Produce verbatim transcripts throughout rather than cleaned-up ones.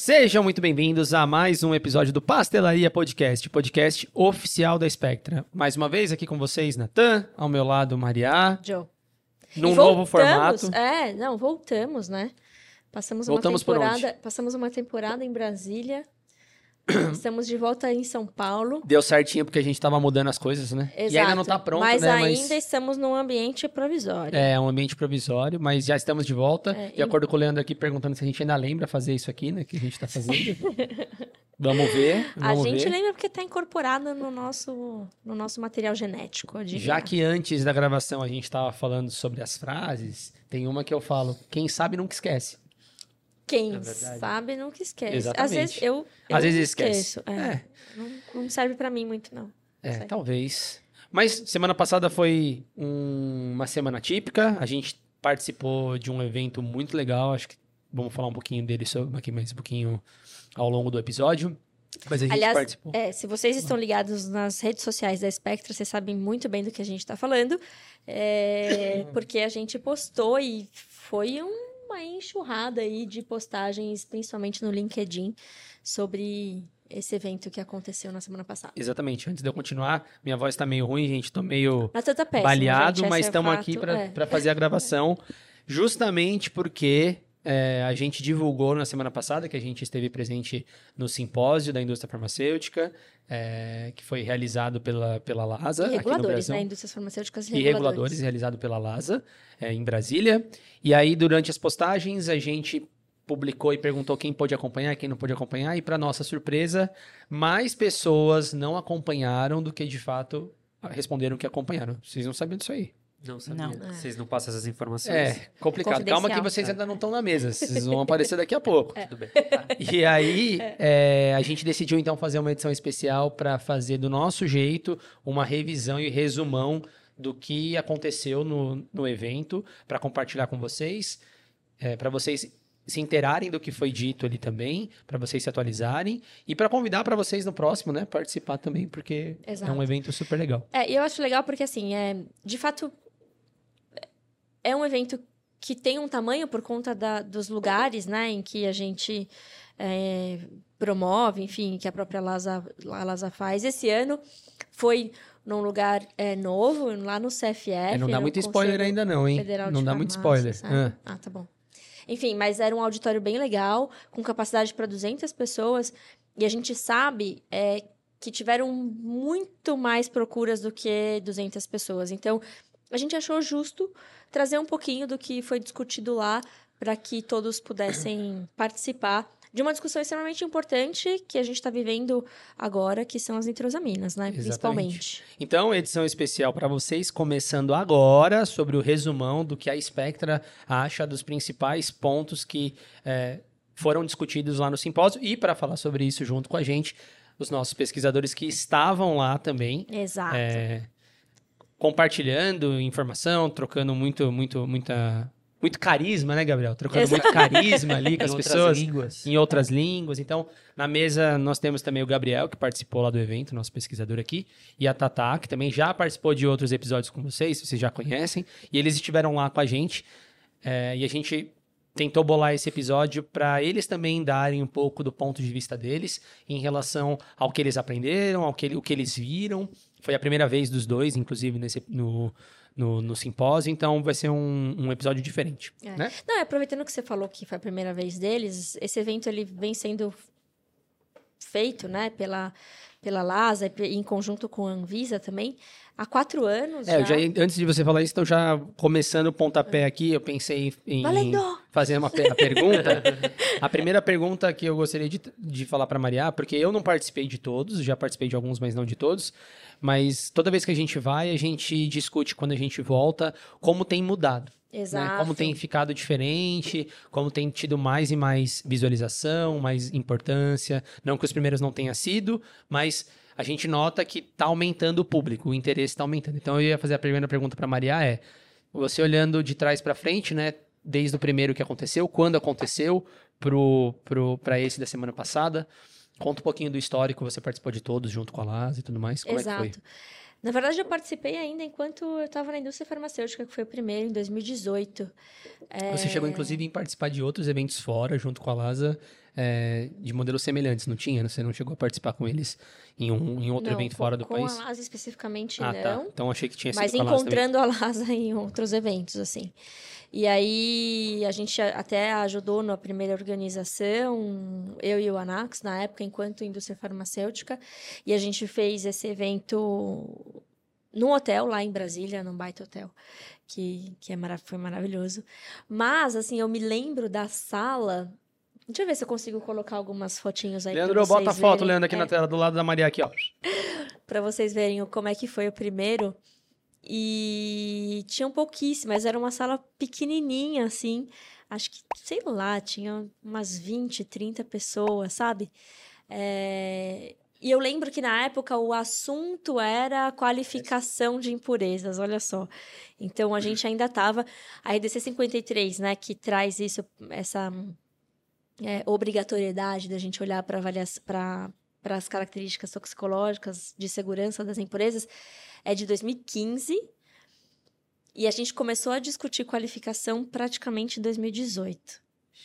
Sejam muito bem-vindos a mais um episódio do Pastelaria Podcast, podcast oficial da Spectra. Mais uma vez aqui com vocês, Natan, ao meu lado, Maria. Joe. Num novo formato. É, não, voltamos, né? Passamos uma Voltamos por temporada, onde? passamos uma temporada em Brasília. Estamos de volta em São Paulo. Deu certinho porque a gente tava mudando as coisas, né? Exato. E ainda não tá pronto, mas né? Ainda Mas estamos num ambiente provisório. é um ambiente provisório, mas já estamos de volta. É, de e- acordo com o Leandro aqui, perguntando se a gente ainda lembra fazer isso aqui, né? Que a gente tá fazendo. Vamos ver, A vamos gente ver. lembra porque está incorporada no nosso, no nosso material genético. eu diria. Já que antes da gravação a gente tava falando sobre as frases, tem uma que eu falo, quem sabe nunca esquece. Quem É verdade. sabe nunca esquece. Exatamente. Às vezes eu, eu Às vezes não esquece. esqueço. É. É. Não, não serve para mim muito, não. É, Sei. talvez. Mas semana passada foi um- uma semana típica. A gente participou de um evento muito legal. Acho que vamos falar um pouquinho dele sobre, aqui mais um pouquinho ao longo do episódio. Mas a gente Aliás, participou. é, se vocês estão ligados nas redes sociais da Spectra, vocês sabem muito bem do que a gente está falando. É, porque a gente postou e foi uma enxurrada aí de postagens, principalmente no LinkedIn, sobre esse evento que aconteceu na semana passada. Exatamente. Antes de eu continuar, minha voz tá meio ruim, gente. Tô meio Natan tá péssimo, baleado, gente, mas esse é o estamos fato. aqui para É. para fazer a gravação. Justamente porque é, a gente divulgou na semana passada que a gente esteve presente no simpósio da indústria farmacêutica, é, que foi realizado pela, pela LASA E aqui no reguladores, Brasil. né? Indústrias farmacêuticas e E reguladores, realizado pela LASA, é, em Brasília. E aí, durante as postagens, a gente publicou e perguntou quem pôde acompanhar, quem não pôde acompanhar. E, para nossa surpresa, mais pessoas não acompanharam do que, de fato, responderam que acompanharam. Vocês não sabiam disso aí. Não sabia. Não. Vocês não passam essas informações? É, complicado. Calma que Confidencial. vocês ainda não estão na mesa. Vocês vão aparecer daqui a pouco. Tudo bem. Tá. E aí, é, a gente decidiu então fazer uma edição especial para fazer do nosso jeito uma revisão e resumão do que aconteceu no, no evento, para compartilhar com vocês, para vocês se inteirarem do que foi dito ali também, para vocês se atualizarem e para convidar para vocês no próximo, né, participar também, porque Exato. é um evento super legal. É, e eu acho legal porque, assim, é, de fato, é um evento que tem um tamanho por conta da, dos lugares, né, em que a gente é, promove, enfim, que a própria Lasa, a Lasa faz. Esse ano foi num lugar é, novo, lá no C F F. É, não dá no muito spoiler Conselho ainda não, hein? Federal Não de dá muito Farmácia, spoiler. sabe? Ah. Ah, tá bom. Enfim, mas era um auditório bem legal, com capacidade para duzentas pessoas, e a gente sabe é, que tiveram muito mais procuras do que duzentas pessoas. Então, a gente achou justo trazer um pouquinho do que foi discutido lá para que todos pudessem participar de uma discussão extremamente importante que a gente está vivendo agora, que são as nitrosaminas, né? Exatamente. Principalmente. Então, edição especial para vocês, começando agora sobre o resumão do que a Spectra acha dos principais pontos que é, foram discutidos lá no simpósio. E para falar sobre isso junto com a gente, os nossos pesquisadores que estavam lá também, Exato. é, compartilhando informação, trocando muito, muito, muita, muito carisma, né, Gabriel? Trocando Exato. muito carisma ali com Em as outras pessoas. línguas. Em outras línguas. Então, na mesa nós temos também o Gabriel, que participou lá do evento, nosso pesquisador aqui, e a Tatá, que também já participou de outros episódios com vocês, vocês já conhecem, e eles estiveram lá com a gente, é, e a gente tentou bolar esse episódio para eles também darem um pouco do ponto de vista deles em relação ao que eles aprenderam, ao que, o que eles viram. Foi a primeira vez dos dois, inclusive, nesse, no, no, no simpósio, então vai ser um, um episódio diferente, É. né? Não, aproveitando que você falou que foi a primeira vez deles, esse evento ele vem sendo feito, né, pela, pela LASA, e em conjunto com a Anvisa também, há quatro anos É, eu já, antes de você falar isso, então já começando o pontapé aqui, eu pensei em Valendo! fazer uma pe- a pergunta. A primeira pergunta que eu gostaria de, de falar para Maria, porque eu não participei de todos, já participei de alguns, mas não de todos, mas toda vez que a gente vai, a gente discute quando a gente volta como tem mudado. Né? Exato. Como tem ficado diferente, como tem tido mais e mais visualização, mais importância. Não que os primeiros não tenha sido, mas a gente nota que está aumentando o público, o interesse está aumentando. Então, eu ia fazer a primeira pergunta para a Maria é, você olhando de trás para frente, né, desde o primeiro que aconteceu, quando aconteceu, pro, pro, para esse da semana passada, conta um pouquinho do histórico, você participou de todos junto com a Lasa e tudo mais, como Exato. é que foi? Na verdade, eu participei ainda enquanto eu estava na indústria farmacêutica, que foi o primeiro, em dois mil e dezoito. É... Você chegou, inclusive, em participar de outros eventos fora, junto com a Lasa, é, de modelos semelhantes, não tinha? Você não chegou a participar com eles em, um, em outro não, evento com, fora do com país? Com a Lasa especificamente, ah, não. Tá. Então achei que tinha sido mas com a Lasa encontrando a Lasa em outros eventos, assim. E aí, a gente até ajudou na primeira organização, eu e o Anax, na época, enquanto indústria farmacêutica, e a gente fez esse evento num hotel lá em Brasília, num baita hotel, que, que é marav- foi maravilhoso. Mas, assim, eu me lembro da sala... Deixa eu ver se eu consigo colocar algumas fotinhos aí Leandro, pra vocês bota a foto, verem. Leandro, aqui É, na tela, do lado da Maria, aqui, ó. para vocês verem o- como é que foi o primeiro. E tinham pouquíssimas, era uma sala pequenininha, assim. Acho que, sei lá, tinha umas vinte, trinta pessoas, sabe? É, E eu lembro que na época o assunto era qualificação de impurezas, olha só. Então a gente ainda estava. A R D C cinquenta e três, né, que traz isso, essa é, obrigatoriedade da gente olhar para para as características toxicológicas de segurança das impurezas, é de dois mil e quinze. E a gente começou a discutir qualificação praticamente em dois mil e dezoito.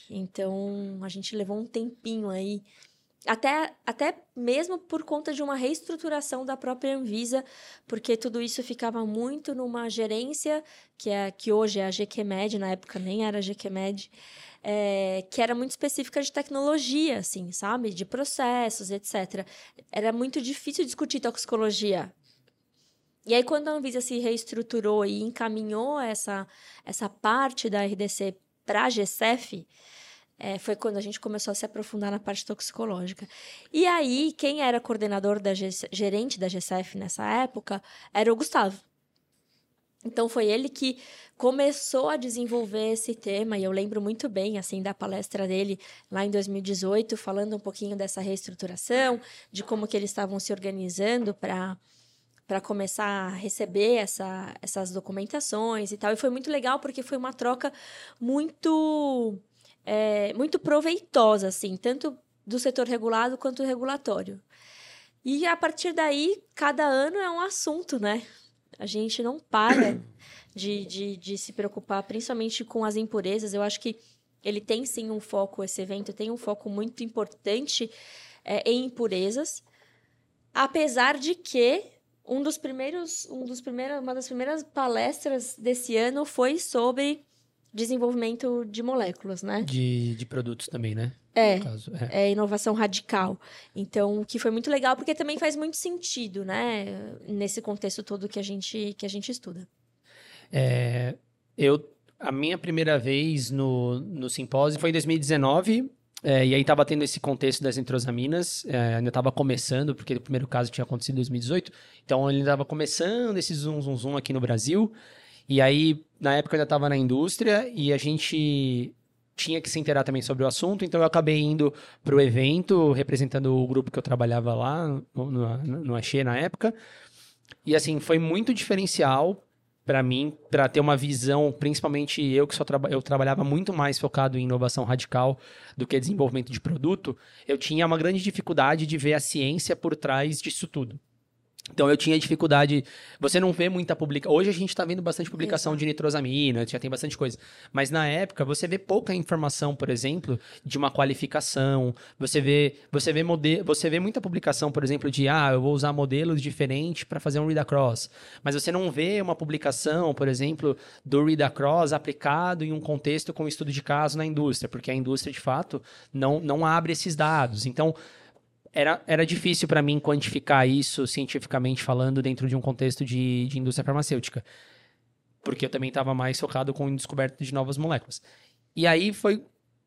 Então, a gente levou um tempinho aí, até, até mesmo por conta de uma reestruturação da própria Anvisa, porque tudo isso ficava muito numa gerência, que, é, que hoje é a GQMed, na época nem era a GQMed, é, que era muito específica de tecnologia, assim, sabe? De processos, etcétera. Era muito difícil discutir toxicologia. E aí, quando a Anvisa se reestruturou e encaminhou essa, essa parte da R D C para a G C F, é, foi quando a gente começou a se aprofundar na parte toxicológica. E aí, quem era coordenador, da G, gerente da G C F nessa época, era o Gustavo. Então, foi ele que começou a desenvolver esse tema, e eu lembro muito bem, assim, da palestra dele lá em dois mil e dezoito, falando um pouquinho dessa reestruturação, de como que eles estavam se organizando para... para começar a receber essa, essas documentações e tal. E foi muito legal, porque foi uma troca muito, é, muito proveitosa, assim, tanto do setor regulado quanto regulatório. E, a partir daí, cada ano é um assunto, né? A gente não para de, de, de se preocupar, principalmente com as impurezas. Eu acho que ele tem, sim, um foco, esse evento tem um foco muito importante é, em impurezas, apesar de que Um dos primeiros, um dos primeiros, uma das primeiras palestras desse ano foi sobre desenvolvimento de moléculas, né? De, de produtos também, né? É, No caso, é. é inovação radical. Então, que foi muito legal, porque também faz muito sentido, né? Nesse contexto todo que a gente, que a gente estuda. É, eu, a minha primeira vez no, no simpósio foi em dois mil e dezenove, é, e aí estava tendo esse contexto das nitrosaminas, é, ainda estava começando, porque o primeiro caso tinha acontecido em dois mil e dezoito, então ele estava começando esse zoom, zoom, zoom aqui no Brasil, e aí, na época, eu ainda estava na indústria, e a gente tinha que se inteirar também sobre o assunto, então eu acabei indo para o evento, representando o grupo que eu trabalhava lá, no, no, no Axê na época, e assim, foi muito diferencial para mim, para ter uma visão, principalmente eu que só traba eu trabalhava muito mais focado em inovação radical do que desenvolvimento de produto, eu tinha uma grande dificuldade de ver a ciência por trás disso tudo. Então, eu tinha dificuldade... Você não vê muita publicação... Hoje, a gente está vendo bastante publicação Exato. de nitrosamina, já tem bastante coisa. Mas, na época, você vê pouca informação, por exemplo, de uma qualificação. Você vê, você vê, mode... você vê muita publicação, por exemplo, de... Ah, eu vou usar modelos diferentes para fazer um read-across. Mas você não vê uma publicação, por exemplo, do read-across aplicado em um contexto com estudo de caso na indústria. Porque a indústria, de fato, não, não abre esses dados. Então... Era, era difícil para mim quantificar isso cientificamente falando dentro de um contexto de, de indústria farmacêutica. Porque eu também estava mais focado com descoberta de novas moléculas. E aí foi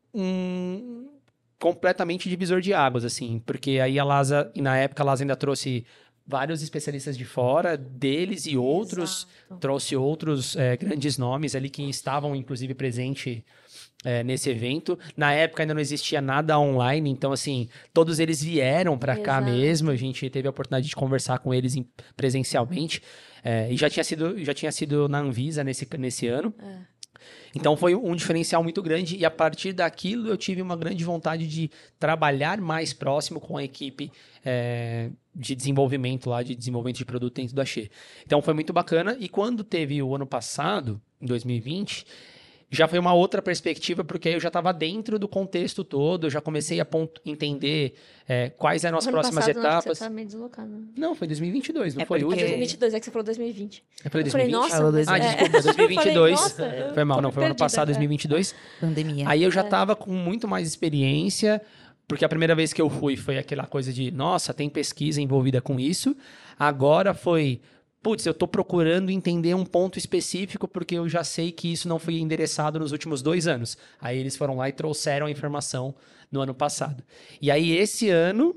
um completamente divisor de águas, assim. Porque aí a Lasa, e na época a Lasa ainda trouxe vários especialistas de fora, deles e outros. Exato. Trouxe outros é, grandes nomes ali que estavam, inclusive, presentes... É, nesse evento. Na época ainda não existia nada online, então assim, todos eles vieram para cá Exato. mesmo, a gente teve a oportunidade de conversar com eles em, presencialmente, é, e já tinha sido, já tinha sido na Anvisa nesse, nesse ano. É. Então foi um diferencial muito grande, e a partir daquilo eu tive uma grande vontade de trabalhar mais próximo com a equipe é, de desenvolvimento lá, de desenvolvimento de produto dentro da Axê. Então foi muito bacana, e quando teve o ano passado, em dois mil e vinte... já foi uma outra perspectiva, porque aí eu já estava dentro do contexto todo, eu já comecei a ponto, entender é, quais eram as Ano próximas passado, etapas. Não, você tá meio deslocado. Não, foi dois mil e vinte e dois, não É foi o porque- último? dois mil e vinte e dois, é que você falou dois mil e vinte. Eu falei Eu falei, dois mil e vinte? nossa... Falou dois mil Ah, e vinte. desculpa, dois mil e vinte e dois. Eu falei, nossa, eu Foi mal, tô não, foi o ano perdida, passado, é. dois mil e vinte e dois. Pandemia. Aí eu já tava com muito mais experiência, porque a primeira vez que eu fui foi aquela coisa de, nossa, tem pesquisa envolvida com isso. Agora foi, putz, eu tô procurando entender um ponto específico, porque eu já sei que isso não foi endereçado nos últimos dois anos. Aí eles foram lá e trouxeram a informação no ano passado. E aí esse ano,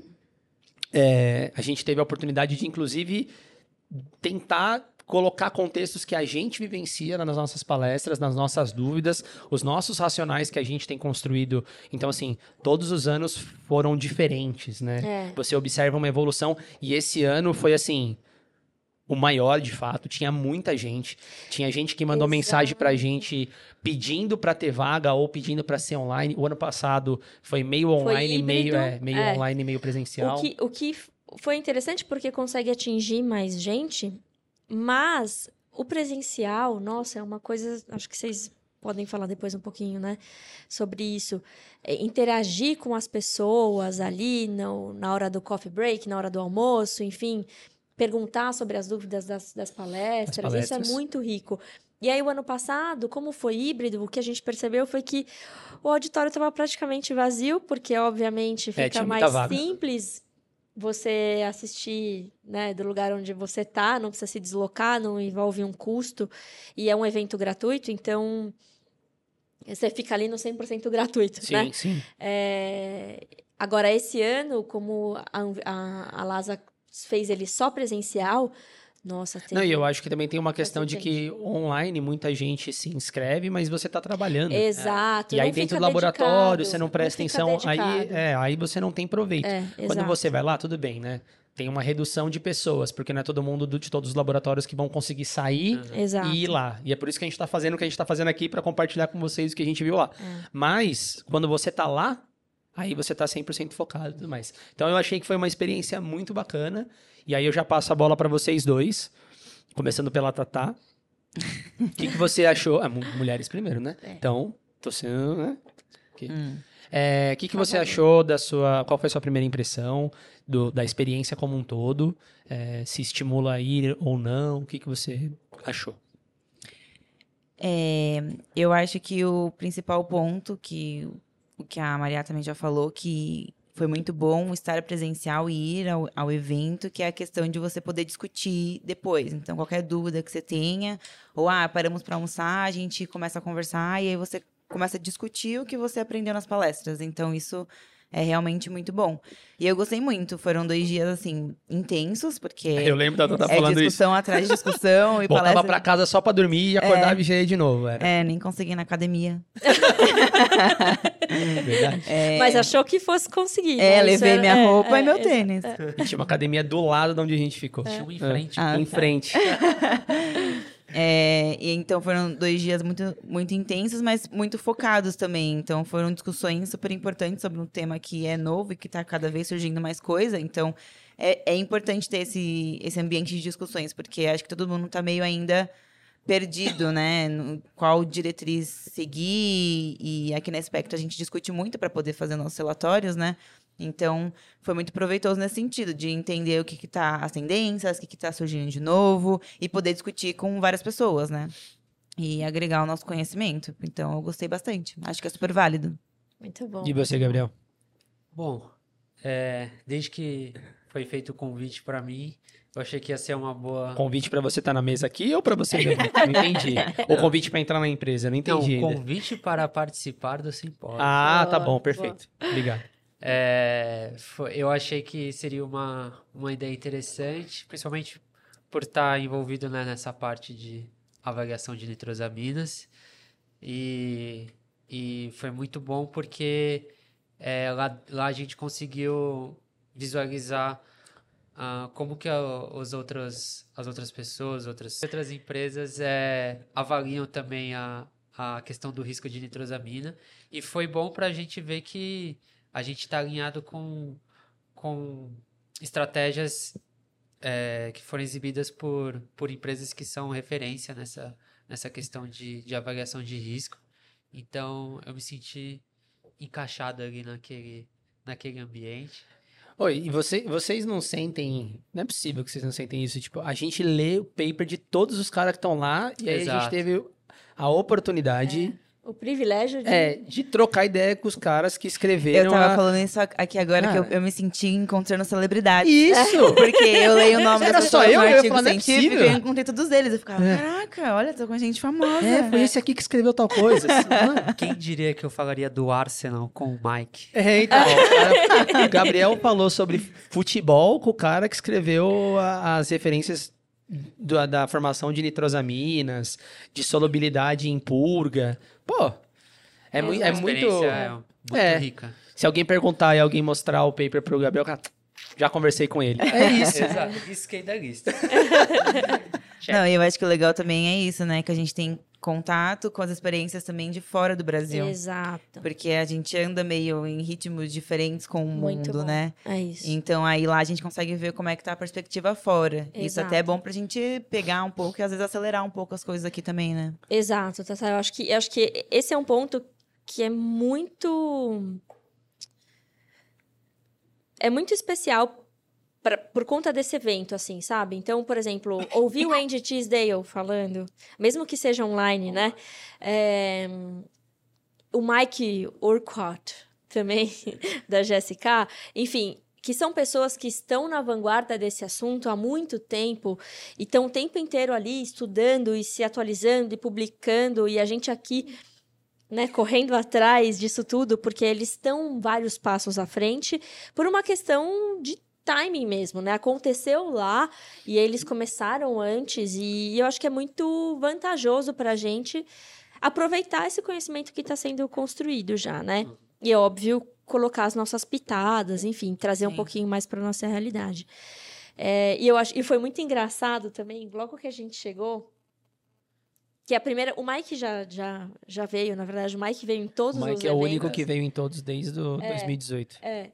é, a gente teve a oportunidade de, inclusive, tentar colocar contextos que a gente vivencia nas nossas palestras, nas nossas dúvidas, os nossos racionais que a gente tem construído. Então, assim, todos os anos foram diferentes, né? É. Você observa uma evolução e esse ano foi, assim, o maior, de fato. Tinha muita gente. Tinha gente que mandou Exato. mensagem pra gente pedindo pra ter vaga ou pedindo pra ser online. O ano passado foi meio online, meio, híbrido, é, meio é. online, meio presencial. O que, o que foi interessante porque consegue atingir mais gente, mas o presencial, nossa, é uma coisa, acho que vocês podem falar depois um pouquinho, né, sobre isso. É, interagir com as pessoas ali no, na hora do coffee break, na hora do almoço, enfim, perguntar sobre as dúvidas das, das palestras, As palestras. isso é muito rico. E aí, o ano passado, como foi híbrido, o que a gente percebeu foi que o auditório estava praticamente vazio, porque, obviamente, fica tinha muita mais vaga. simples você assistir, né, do lugar onde você tá, não precisa se deslocar, não envolve um custo, e é um evento gratuito, então você fica ali no cem por cento gratuito, Sim, né? sim. É, Agora, esse ano, como a, a, a Lasa fez ele só presencial, nossa, tem... Não, e eu acho que também tem uma questão de bastante que online muita gente se inscreve, mas você tá trabalhando. Exato. E aí não dentro fica do laboratório, dedicado, você não presta fica atenção, aí, dedicado. é, aí você não tem proveito. É, Quando exato. você vai lá, tudo bem, né? Tem uma redução de pessoas, porque não é todo mundo do- de todos os laboratórios que vão conseguir sair Exato. e ir lá. E é por isso que a gente tá fazendo o que a gente tá fazendo aqui para compartilhar com vocês o que a gente viu lá. É. Mas, quando você tá lá, aí você tá cem por cento focado e tudo mais. Então, eu achei que foi uma experiência muito bacana. E aí eu já passo a bola para vocês dois, começando pela Tatá. O que, que você achou? Ah, mu- mulheres primeiro, né? É. Então, tô sendo, né? Aqui. Hum. É, o que, que Por você favor. achou da sua... Qual foi a sua primeira impressão do- da experiência como um todo? É, se estimula a ir ou não? O que, que você achou? É, eu acho que o principal ponto, que o que a Maria também já falou, que foi muito bom estar presencial e ir ao, ao evento, que é a questão de você poder discutir depois. Então, qualquer dúvida que você tenha, ou, ah, paramos para almoçar, a gente começa a conversar, e aí você começa a discutir o que você aprendeu nas palestras. Então, isso é realmente muito bom. E eu gostei muito. Foram dois dias, assim, intensos, porque Eu lembro da Tatá é falando isso. discussão atrás de discussão e Voltava palestra... pra casa só pra dormir e acordava e já ia de novo. Era É, nem consegui ir na academia. verdade. É, Mas achou que fosse conseguir. é, né? Isso levei era- minha é, roupa é, e meu exato. tênis. E tinha uma academia do lado de onde a gente ficou. Tinha um em frente. Ah, Em tá. frente. É, e então foram dois dias muito, muito intensos, mas muito focados também. Então foram discussões super importantes sobre um tema que é novo e que está cada vez surgindo mais coisa. Então é, é importante ter esse, esse ambiente de discussões, porque acho que todo mundo está meio ainda perdido, né? No, qual diretriz seguir. E aqui na Spectra a gente discute muito para poder fazer nossos relatórios, né? Então, foi muito proveitoso nesse sentido, de entender o que que tá as tendências, o que que tá surgindo de novo, e poder discutir com várias pessoas, né? E agregar o nosso conhecimento. Então, eu gostei bastante. Acho que é super válido. Muito bom. E você, Gabriel? Bom, é, desde que foi feito o convite pra mim, eu achei que ia ser uma boa... Convite pra você estar na mesa aqui ou pra você... Não entendi. Ou convite pra entrar na empresa? Não Não, entendi ainda. convite para participar do simpósio. Ah, tá Boa, bom, perfeito. Obrigado. É, foi- eu achei que seria uma, uma ideia interessante, principalmente por estar envolvido, né, nessa parte de avaliação de nitrosaminas. E, e foi muito bom porque é, lá, lá a gente conseguiu visualizar ah, como que a- os outros, as outras pessoas, outras, outras empresas é, avaliam também a, a questão do risco de nitrosamina. E foi bom para a gente ver que a gente está alinhado com, com estratégias é, que foram exibidas por, por empresas que são referência nessa, nessa questão de, de avaliação de risco. Então, eu me senti encaixado ali naquele, naquele ambiente. Oi, e você, vocês não sentem... Não é possível que vocês não sentem isso. Tipo, a gente lê o paper de todos os caras que estão lá e aí a gente Exato. teve a oportunidade... O privilégio de... É, de trocar ideia com os caras que escreveram Eu tava a... falando isso aqui agora, que eu, Cara. eu me senti encontrando celebridades. Isso! Porque eu leio o nome Era das só pessoas eu? no Eu ia artigo falar, não é científico possível. e eu encontrei todos eles. Eu ficava, É. caraca, olha, tô com gente famosa. É, foi esse aqui que escreveu tal coisa. Mano, Quem diria que eu falaria do Arsenal com o Mike? é, então, o, cara- o Gabriel falou sobre futebol com o cara que escreveu a- as referências do- da formação de nitrosaminas, de solubilidade em purga. Pô, é, mui- é A muito... experiência é muito É. rica. Se alguém perguntar e alguém mostrar o paper pro Gabriel, cara, já conversei com ele. É isso. Exato, risquei da lista. Não, e eu acho que o legal também é isso, né? Que a gente tem contato com as experiências também de fora do Brasil. Exato. Porque a gente anda meio em ritmos diferentes com o Muito mundo, bom. né? É isso. Então aí lá a gente consegue ver como é que tá a perspectiva fora. Isso Exato. até é bom pra gente pegar um pouco e às vezes acelerar um pouco as coisas aqui também, né? Exato, Tata. Eu acho que, eu acho que esse é um ponto que é muito... É muito especial pra, por conta desse evento, assim, sabe? Então, por exemplo, ouvir o Andy Tisdale falando, mesmo que seja online, né? É, o Mike Urquhart, também, da G S K, enfim... que são pessoas que estão na vanguarda desse assunto há muito tempo e estão o tempo inteiro ali estudando e se atualizando e publicando, e a gente aqui, né, correndo atrás disso tudo, porque eles estão vários passos à frente por uma questão de timing mesmo, né? Aconteceu lá e eles começaram antes, e eu acho que é muito vantajoso para a gente aproveitar esse conhecimento que está sendo construído já, né? E é óbvio, colocar as nossas pitadas, enfim, trazer um Sim. pouquinho mais para nossa realidade. É, e eu acho, e foi muito engraçado também, logo que a gente chegou, que a primeira, o Mike já, já, já veio, na verdade, o Mike veio em todos O os Mike é o eventos. único que veio em todos desde o dois mil e dezoito. É,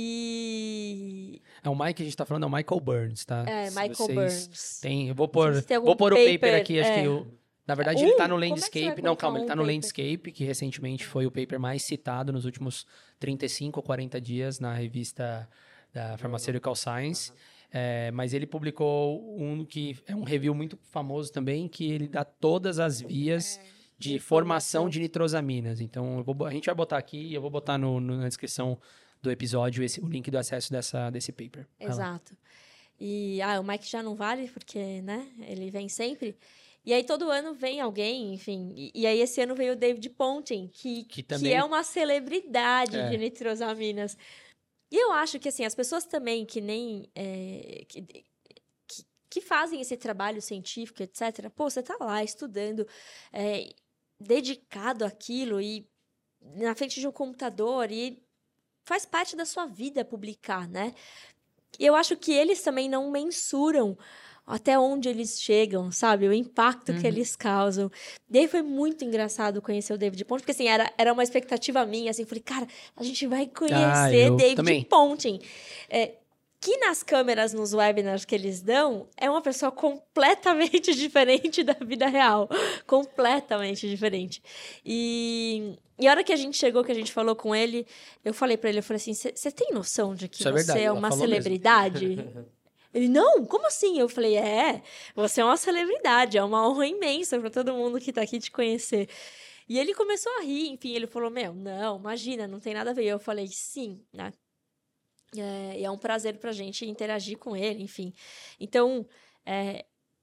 e... É o Mike que a gente tá falando, é o Michael Burns, tá? É, Se Michael vocês Burns. Tem, eu vou pôr, Se tem algum vou pôr o paper paper, aqui, acho é. que o... Na verdade, Uh, ele tá no como é que você Landscape. vai Não, calma, colocar ele tá um no paper? Landscape, que recentemente foi o paper mais citado nos últimos trinta e cinco ou quarenta dias na revista da Pharmaceutical Science. É, mas ele publicou um que é um review muito famoso também, que ele dá todas as vias de de formação formação. de nitrosaminas. Então, eu vou bo- a gente vai botar aqui, eu vou botar no, no- na descrição do episódio esse, o link do acesso dessa, desse paper. Vai lá. Exato. E ah, o Mike já não vale, porque, né, ele vem sempre. E aí, todo ano vem alguém, enfim. E, e aí, esse ano veio o David Ponting, que, Que que, também- é uma celebridade É. de nitrosaminas. E eu acho que, assim, as pessoas também que nem... é, que, que, que fazem esse trabalho científico, etcétera. Pô, você tá lá estudando, é, dedicado àquilo e na frente de um computador e faz parte da sua vida publicar, né? E eu acho que eles também não mensuram até onde eles chegam, sabe? O impacto Uhum. que eles causam. E aí foi muito engraçado conhecer o David Ponting, porque assim, era, era uma expectativa minha, assim, falei, cara, a gente vai conhecer Ah, eu David também. Ponting. É, que nas câmeras, nos webinars que eles dão, é uma pessoa completamente diferente da vida real. Completamente diferente. E, e a hora que a gente chegou, que a gente falou com ele, eu falei pra ele, eu falei assim, você tem noção de que Isso é você verdade, é ela uma falou mesmo. celebridade? Ele, não, como assim? Eu falei, é, você é uma celebridade, é uma honra imensa pra todo mundo que tá aqui te conhecer. E ele começou a rir, enfim, ele falou, meu, não, imagina, não tem nada a ver. Eu falei, sim, né? É, e é um prazer pra gente interagir com ele, enfim. Então, é,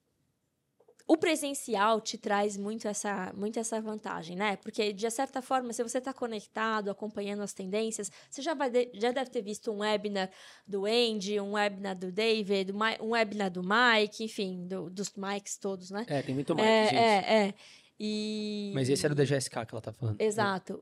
o presencial te traz muito essa, muito essa vantagem, né? Porque, de certa forma, se você está conectado, acompanhando as tendências, você já, vai de- já deve ter visto um webinar do Andy, um webinar do David, um mi- um webinar do Mike, enfim, do- dos Mikes todos, né? É, tem muito mais, é, gente. é, é. E... Mas esse era o da G S K que ela tá falando. Exato.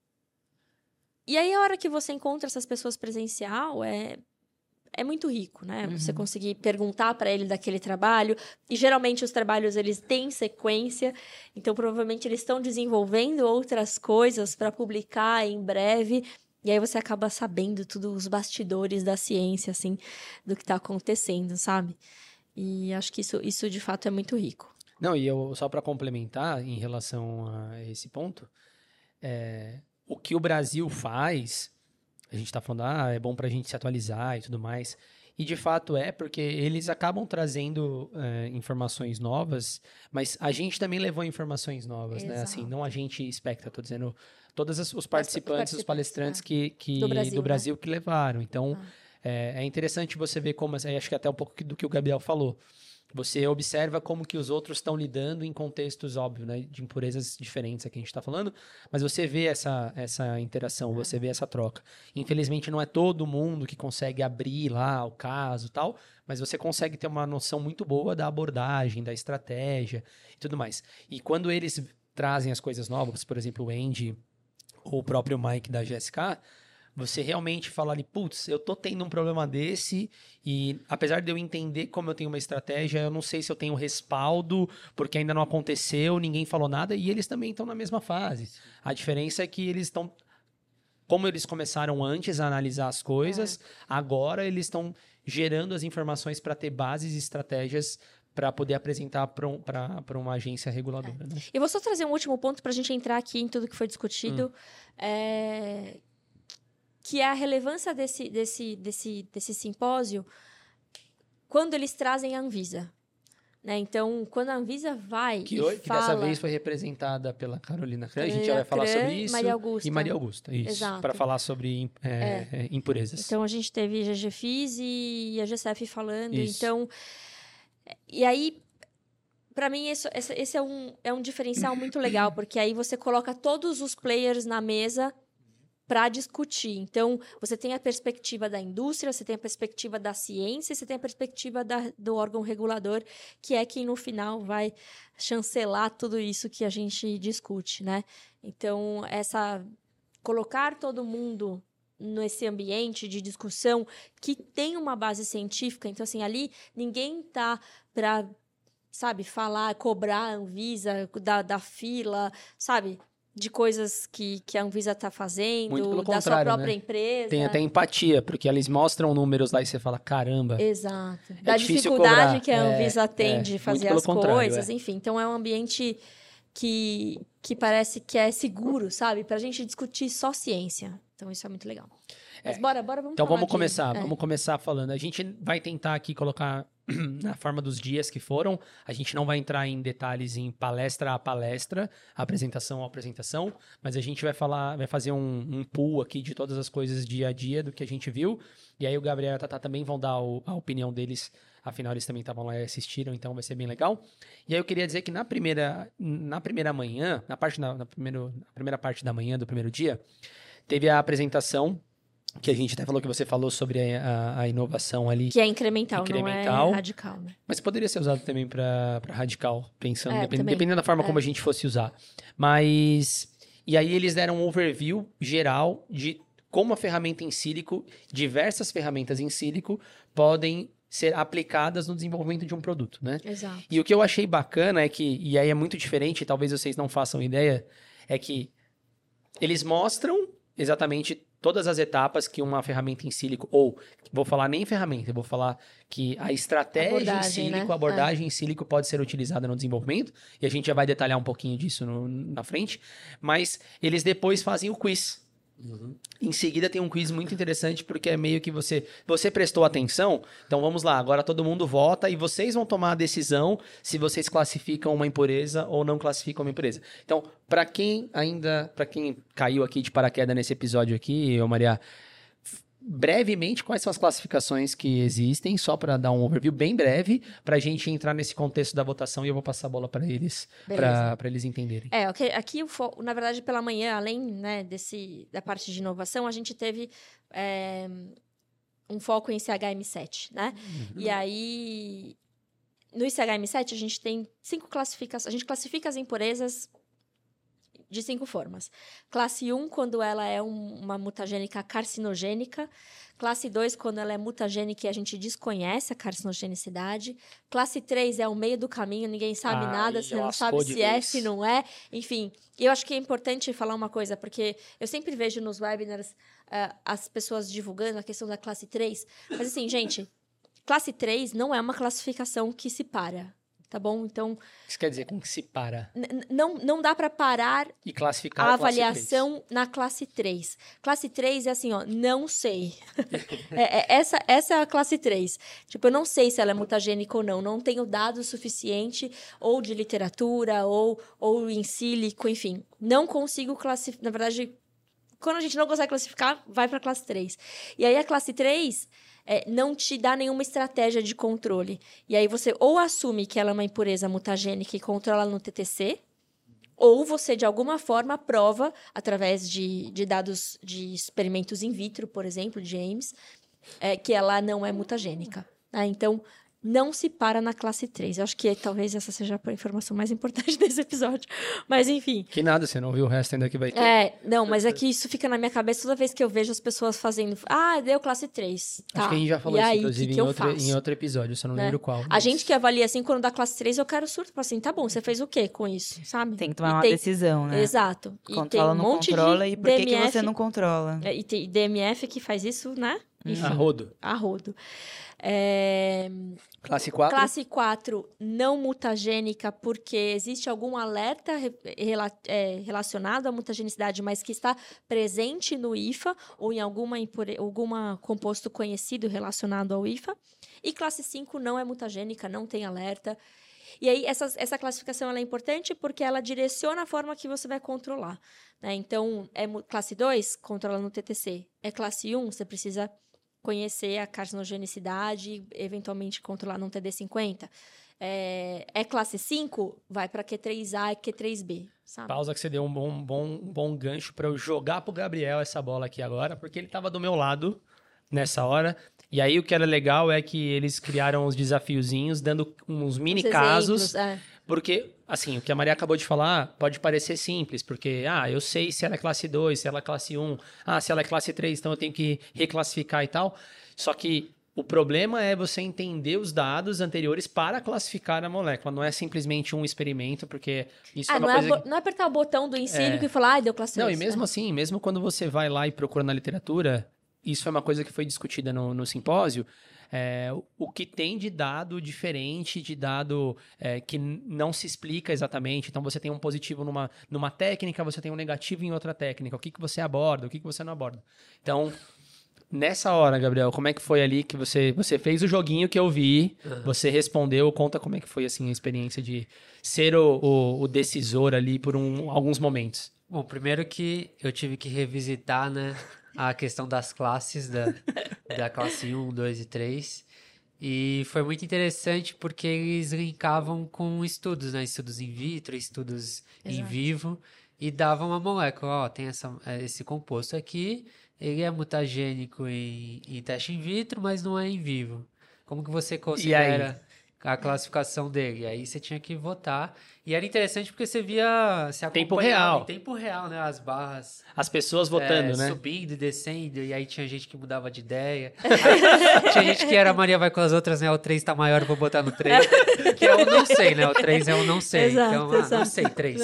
E aí, a hora que você encontra essas pessoas presencial, é, é muito rico, né? Você conseguir perguntar para ele daquele trabalho. E, geralmente, os trabalhos, eles têm sequência. Então, provavelmente, eles estão desenvolvendo outras coisas para publicar em breve. E aí, você acaba sabendo tudo, os bastidores da ciência, assim, do que está acontecendo, sabe? E acho que isso, isso, de fato, é muito rico. Não, e eu, só para complementar em relação a esse ponto, é, o que o Brasil faz, a gente está falando, ah, é bom para a gente se atualizar e tudo mais, e de fato é, porque eles acabam trazendo é, informações novas, mas a gente também levou informações novas, né? Assim, Exato. não a gente expecta, estou dizendo todos os os participantes, os participantes, palestrantes é. que, que, Do Brasil, do né? Brasil que levaram. Então, Ah. é, é interessante você ver como, é, acho que até um pouco do que o Gabriel falou, você observa como que os outros estão lidando em contextos, óbvio, né, de impurezas diferentes aqui a gente está falando, mas você vê essa, essa interação, você vê essa troca. Infelizmente, não é todo mundo que consegue abrir lá o caso e tal, mas você consegue ter uma noção muito boa da abordagem, da estratégia e tudo mais. E quando eles trazem as coisas novas, por exemplo, o Andy ou o próprio Mike da G S K, você realmente fala ali, putz, eu tô tendo um problema desse e apesar de eu entender como eu tenho uma estratégia, eu não sei se eu tenho respaldo, porque ainda não aconteceu, ninguém falou nada e eles também estão na mesma fase. A diferença é que eles estão, como eles começaram antes a analisar as coisas, é. agora eles estão gerando as informações para ter bases e estratégias para poder apresentar para um, uma agência reguladora. É. Né? Eu vou só trazer um último ponto para a gente entrar aqui em tudo que foi discutido. Hum. É... que é a relevância desse, desse, desse, desse simpósio quando eles trazem a Anvisa. Né? Então, quando a Anvisa vai que, e hoje, fala... Que dessa vez foi representada pela Carolina Cran, a gente já vai falar Cran, sobre isso. Maria Augusta. E Maria Augusta, isso. Para falar sobre é, é. impurezas. Então, a gente teve a G F I S e a G C F falando. Isso. Então, e aí... Para mim, esse, esse é, um, é um diferencial muito legal, porque aí você coloca todos os players na mesa para discutir. Então, você tem a perspectiva da indústria, você tem a perspectiva da ciência, você tem a perspectiva da, do órgão regulador, que é quem, no final, vai chancelar tudo isso que a gente discute, né? Então, essa... colocar todo mundo nesse ambiente de discussão que tem uma base científica. Então, assim, ali ninguém tá para... sabe, falar, cobrar a Anvisa da, da fila, sabe, de coisas que, que a Anvisa está fazendo, da sua própria né? empresa. Tem até empatia, porque eles mostram números lá e você fala, caramba. Exato. É da dificuldade cobrar. que a Anvisa é, tem é, de fazer as coisas, é. enfim. Então, é um ambiente que, que parece que é seguro, sabe, para a gente discutir só ciência. Então, isso é muito legal. Mas é. bora, bora, vamos Então, falar vamos de... começar. É. Vamos começar falando. A gente vai tentar aqui colocar na forma dos dias que foram. A gente não vai entrar em detalhes em palestra a palestra, apresentação a apresentação, mas a gente vai falar, vai fazer um, um pool aqui de todas as coisas dia a dia do que a gente viu. E aí o Gabriel e a Tatá também vão dar o, a opinião deles. Afinal, eles também estavam lá e assistiram, então vai ser bem legal. E aí eu queria dizer que na primeira, na primeira manhã, na, parte, na, na, primeiro, na primeira parte da manhã do primeiro dia, teve a apresentação que a gente até falou que você falou sobre a, a, a inovação ali. Que é incremental, incremental, não é radical, né? Mas poderia ser usado também para radical, pensando, é, depend, dependendo da forma é. como a gente fosse usar. Mas, e aí eles deram um overview geral de como a ferramenta em sílico, diversas ferramentas em sílico, podem ser aplicadas no desenvolvimento de um produto, né? Exato. E o que eu achei bacana é que, e aí é muito diferente, talvez vocês não façam ideia, é que eles mostram exatamente todas as etapas que uma ferramenta em sílico, ou vou falar nem ferramenta, eu vou falar que a estratégia abordagem, em sílico, né? a abordagem é. em sílico pode ser utilizada no desenvolvimento, e a gente já vai detalhar um pouquinho disso no, na frente, mas eles depois fazem o quiz. Uhum. Em seguida tem um quiz muito interessante, porque é meio que você... Você prestou atenção? Então vamos lá, agora todo mundo vota e vocês vão tomar a decisão se vocês classificam uma impureza ou não classificam uma impureza. Então, para quem ainda... Para quem caiu aqui de paraquedas nesse episódio aqui, ô Maria... Brevemente, quais são as classificações que existem, só para dar um overview bem breve, para a gente entrar nesse contexto da votação e eu vou passar a bola para eles, para eles entenderem. É, okay. Aqui, na verdade, pela manhã, além, né, desse, da parte de inovação, a gente teve é, um foco em C H M sete, né? Uhum. E aí, no C H M sete, a gente tem cinco classificações, a gente classifica as impurezas de cinco formas. Classe um, quando ela é um, uma mutagênica carcinogênica. Classe dois, quando ela é mutagênica e a gente desconhece a carcinogenicidade. Classe três é o meio do caminho, ninguém sabe ah, nada, você não sabe se é, se não é. Enfim, eu acho que é importante falar uma coisa, porque eu sempre vejo nos webinars uh, as pessoas divulgando a questão da classe três. Mas assim, gente, classe três não é uma classificação que se para. tá bom? Então, Isso quer dizer, como que se para? n- não, não dá para parar E classificar a a classe avaliação na classe três. Classe três é assim, ó, não sei. é, é- essa, essa é a classe três. Tipo, eu não sei se ela é mutagênica ou não. Não tenho dado suficiente, ou de literatura, ou, ou em sílico, enfim. Não consigo classificar. Na verdade, quando a gente não consegue classificar, vai para a classe três. E aí, a classe três é, não te dá nenhuma estratégia de controle. E aí, você ou assume que ela é uma impureza mutagênica e controla no T T C, ou você, de alguma forma, prova, através de, de dados de experimentos in vitro, por exemplo, de James, é, que ela não é mutagênica. Né? Então, não se para na classe três. Eu acho que talvez essa seja a informação mais importante desse episódio. Mas, enfim. Que nada, você não viu o resto ainda que vai ter. É, não, mas é que isso fica na minha cabeça toda vez que eu vejo as pessoas fazendo. Ah, deu classe três. Tá. Acho que a gente já falou E isso, aí, inclusive, que em, que eu outro, faço? em outro episódio, só não Né? lembro qual. A mas- gente que avalia assim, quando dá classe três, eu quero surto. Fala assim, tá bom, você fez o quê com isso, sabe? Tem que tomar E uma tem- decisão, né? Exato. E Controla, tem um não monte controla. de E por que, que D M F você não controla? É, E tem D M F que faz isso, né? Enfim, A rodo. a rodo. É, Classe quatro. Classe quatro não mutagênica, porque existe algum alerta re- rela- é, relacionado à mutagenicidade, mas que está presente no I F A ou em alguma, impure, alguma composto conhecido relacionado ao I F A. E classe cinco não é mutagênica, não tem alerta. E aí, essa, essa classificação ela é importante porque ela direciona a forma que você vai controlar. Né? Então, é mu- classe dois, controla no T T C. É classe um, você precisa conhecer a carcinogenicidade e, eventualmente, controlar no T D cinquenta. É, é classe cinco, vai para Q três A e Q três B, sabe? Pausa que você deu um bom, bom, bom gancho pra eu jogar pro Gabriel essa bola aqui agora, porque ele tava do meu lado nessa hora. E aí o que era legal é que eles criaram os desafiozinhos, dando uns mini Os casos. exemplos, é. Porque, assim, o que a Maria acabou de falar pode parecer simples, porque, ah, eu sei se ela é classe dois, se ela é classe um, ah, se ela é classe três, então eu tenho que reclassificar e tal. Só que o problema é você entender os dados anteriores para classificar a molécula. Não é simplesmente um experimento, porque isso Ah, é uma não, coisa é, que... bo- não é apertar o botão do ensílico É. e falar, ah, deu classe Não, três. e mesmo É. assim, mesmo quando você vai lá e procura na literatura, isso é uma coisa que foi discutida no, no simpósio, é, o- o que tem de dado diferente, de dado é, que n- não se explica exatamente. Então, você tem um positivo numa, numa técnica, você tem um negativo em outra técnica. O que, que você aborda, o que, que você não aborda. Então, nessa hora, Gabriel, como é que foi ali que você, você fez o joguinho que eu vi, você respondeu, conta como é que foi assim, a experiência de ser o, o, o decisor ali por um, alguns momentos. Bom, primeiro que eu tive que revisitar, né, a questão das classes, da, da classe um, dois e três. E foi muito interessante porque eles linkavam com estudos, né? Estudos in vitro, estudos em Exato. vivo. E davam uma molécula, ó, tem essa, esse composto aqui, ele é mutagênico em, em teste in vitro, mas não é em vivo. Como que você considera a classificação dele? E aí você tinha que votar. E era interessante porque você via... Você Tempo acompanhava real. Em tempo real, né? As barras As pessoas votando, é, né? subindo e descendo, e aí tinha gente que mudava de ideia. Aí tinha gente que era Maria vai com as outras, né? O três tá maior, vou botar no três. Que é o não sei, né? O três é o não sei. Exato, então, ah, não exato. sei, três.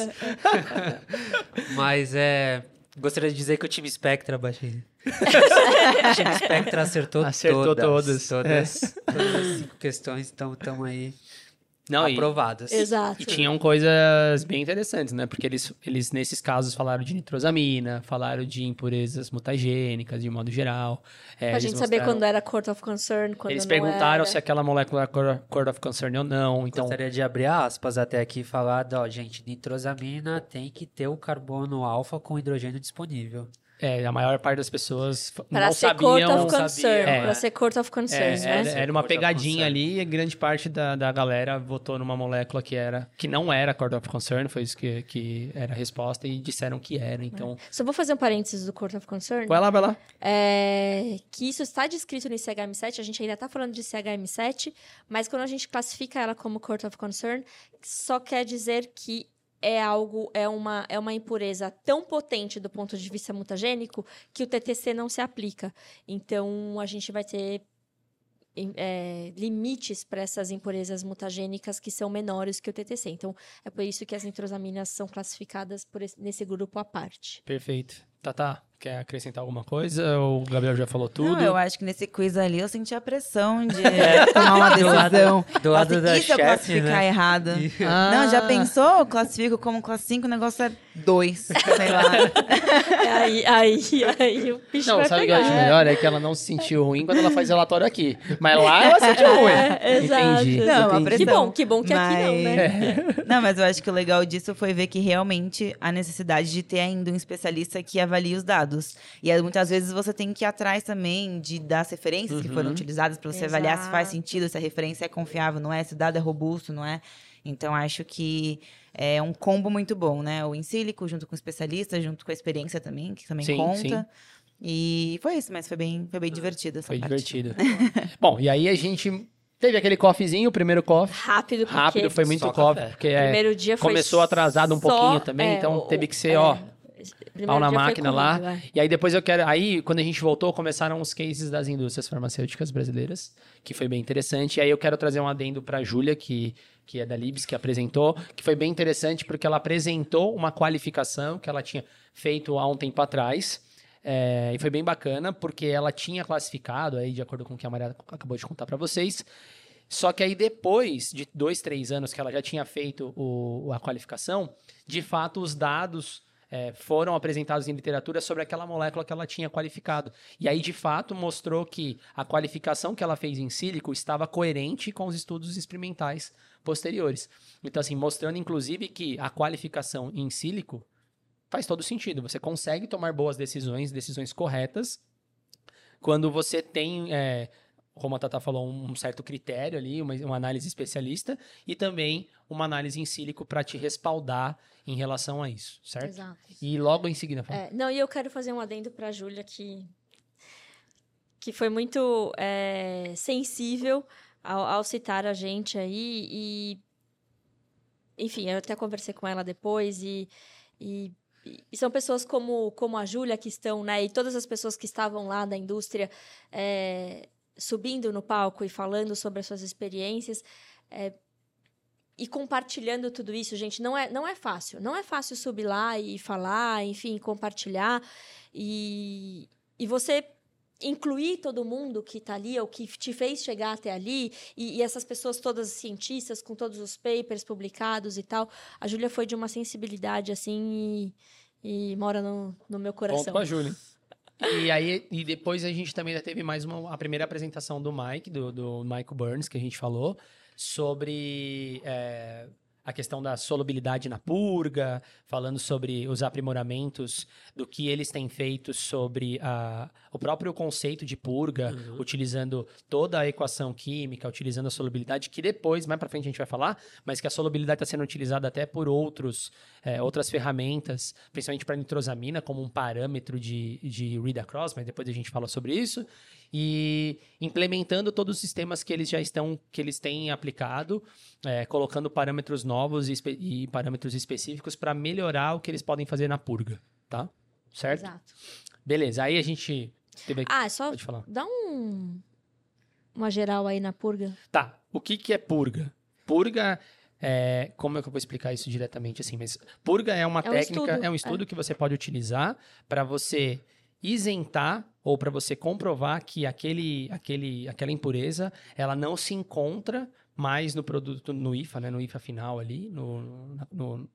Mas é. Gostaria de dizer que o time Spectra, baixei. O time Spectra acertou, Acertou todas. todas. Todas, todas as cinco questões, então estão aí Não, e, aprovadas. Exato. e tinham coisas bem interessantes, né? Porque eles, eles, nesses casos, falaram de nitrosamina, falaram de impurezas mutagênicas, de modo geral. É, Pra eles gente saber mostraram- quando era court of concern, quando Eles não perguntaram era. se aquela molécula era cor- cor of concern ou não. Então, Gostaria de abrir aspas até aqui e falar, ó, gente, nitrosamina tem que ter o carbono alfa com hidrogênio disponível. é, a maior parte das pessoas f- Para não ser court sabiam... of sabiam, concern. é. Para ser court of É, concerns, era, né? era uma Court of pegadinha concern. ali e grande parte da, da galera votou numa molécula que era que não era Court of Concern, foi isso que, que era a resposta, e disseram que era. Então, Só vou fazer um parênteses do court of concern. vai lá, vai lá. É, que isso está descrito no I C H M sete, a gente ainda está falando de I C H M sete, mas quando a gente classifica ela como court of concern, só quer dizer que é algo, é uma, é uma impureza tão potente do ponto de vista mutagênico que o T T C não se aplica. Então, a gente vai ter em- é, limites para essas impurezas mutagênicas que são menores que o T T C. Então, é por isso que as nitrosaminas são classificadas por esse- nesse grupo à parte. Perfeito. Tatá, quer acrescentar alguma coisa? O Gabriel já falou tudo. Não, eu acho que nesse quiz ali eu senti a pressão de tomar uma decisão. Do lado Assim, da e se eu chefe, classificar né? errado? Ah. Não, já pensou? Eu classifico como classe cinco, o negócio é dois, sei lá. aí, aí, aí o bicho Não, vai sabe o que eu pegar. acho melhor? É que ela não se sentiu ruim quando ela faz relatório aqui. Mas lá ela sentiu ruim. É, exato. Entendi. Não, a entendi. Que pressão. bom, que bom que aqui não, né? Mas- Não, mas eu acho que o legal disso foi ver que realmente a necessidade de ter ainda um especialista que avalie os dados. E aí, muitas vezes você tem que ir atrás também de das referências que foram utilizadas para você avaliar se faz Exato. sentido, se a referência é confiável, não é, se o dado é robusto, não é. Então, acho que é um combo muito bom, né? O in silico junto com o especialista, junto com a experiência também, que também Sim, conta. sim. E foi isso, mas foi bem, foi bem divertido essa Foi parte. divertido. Bom, e aí a gente teve aquele coffeezinho, o primeiro coffee. Rápido, porque Rápido, foi muito Só coffee, café. porque o é, primeiro dia foi começou atrasado um só- pouquinho também, é, então o- teve que ser, é, ó, primeiro pau na dia foi máquina lá. comigo, é. E aí depois eu quero. Aí, quando a gente voltou, começaram os cases das indústrias farmacêuticas brasileiras, que foi bem interessante. E aí eu quero trazer um adendo para a Júlia, que, que é da Libs, que apresentou, que foi bem interessante, porque ela apresentou uma qualificação que ela tinha feito há um tempo atrás. É, e foi bem bacana, porque ela tinha classificado, aí, de acordo com o que a Maria acabou de contar para vocês. Só que aí, depois de dois, três anos que ela já tinha feito o, a qualificação, de fato, os dados é, foram apresentados em literatura sobre aquela molécula que ela tinha qualificado. E aí, de fato, mostrou que a qualificação que ela fez em sílico estava coerente com os estudos experimentais posteriores. Então, assim, mostrando, inclusive, que a qualificação em sílico faz todo sentido. Você consegue tomar boas decisões, decisões corretas, quando você tem, é, como a Tata falou, um certo critério ali, uma, uma análise especialista, e também uma análise em sílico para te respaldar em relação a isso, certo? Exato. E logo em seguida... fala. É, não, e eu quero fazer um adendo para a Júlia, que, que foi muito é, sensível ao, ao citar a gente aí. E, enfim, eu até conversei com ela depois e... e E são pessoas como, como a Júlia que estão, né? E todas as pessoas que estavam lá da indústria é, subindo no palco e falando sobre as suas experiências é, e compartilhando tudo isso, gente, não é, não é fácil. Não é fácil subir lá e falar, enfim, compartilhar. E, e você incluir todo mundo que está ali, ou que te fez chegar até ali, e, e essas pessoas todas cientistas, com todos os papers publicados e tal. A Júlia foi de uma sensibilidade, assim, e, e mora no, no meu coração. Ponto com a Júlia. E aí, e depois a gente também já teve mais uma, a primeira apresentação do Mike, do, do Michael Burns, que a gente falou, sobre é, a questão da solubilidade na purga, falando sobre os aprimoramentos do que eles têm feito sobre a, o próprio conceito de purga, Uhum. utilizando toda a equação química, utilizando a solubilidade, que depois, mais para frente a gente vai falar, mas que a solubilidade está sendo utilizada até por outros, é, outras ferramentas, principalmente para nitrosamina, como um parâmetro de, de read-across, mas depois a gente fala sobre isso, e implementando todos os sistemas que eles já estão, que eles têm aplicado, é, colocando parâmetros novos e, espe- e parâmetros específicos para melhorar o que eles podem fazer na purga, tá? Certo? Exato. Beleza, aí a gente teve aqui... Ah, é só Pode falar. dá um, uma geral aí na purga. Tá, o que que é purga? Purga é... Como é que eu vou explicar isso diretamente assim? Mas purga é uma É um técnica, estudo, é um estudo que você pode utilizar para você isentar ou para você comprovar que aquele, aquele, aquela impureza ela não se encontra mais no produto, no I F A, né? No I F A final ali, no... no,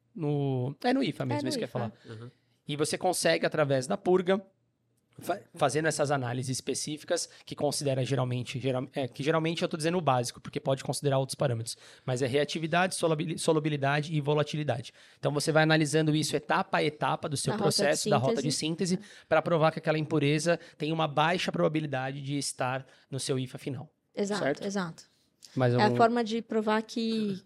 no é no I F A mesmo, no é isso que eu ia I F A. falar. Uhum. E você consegue, através da purga, fa- fazendo essas análises específicas, que considera geralmente, geral, é, que geralmente eu estou dizendo o básico, porque pode considerar outros parâmetros, mas é reatividade, solubili- solubilidade e volatilidade. Então você vai analisando isso etapa a etapa do seu Da rota de processo, da rota de síntese. síntese, para provar que aquela impureza tem uma baixa probabilidade de estar no seu I F A final. Exato, Certo? exato. Mas É a forma de provar que...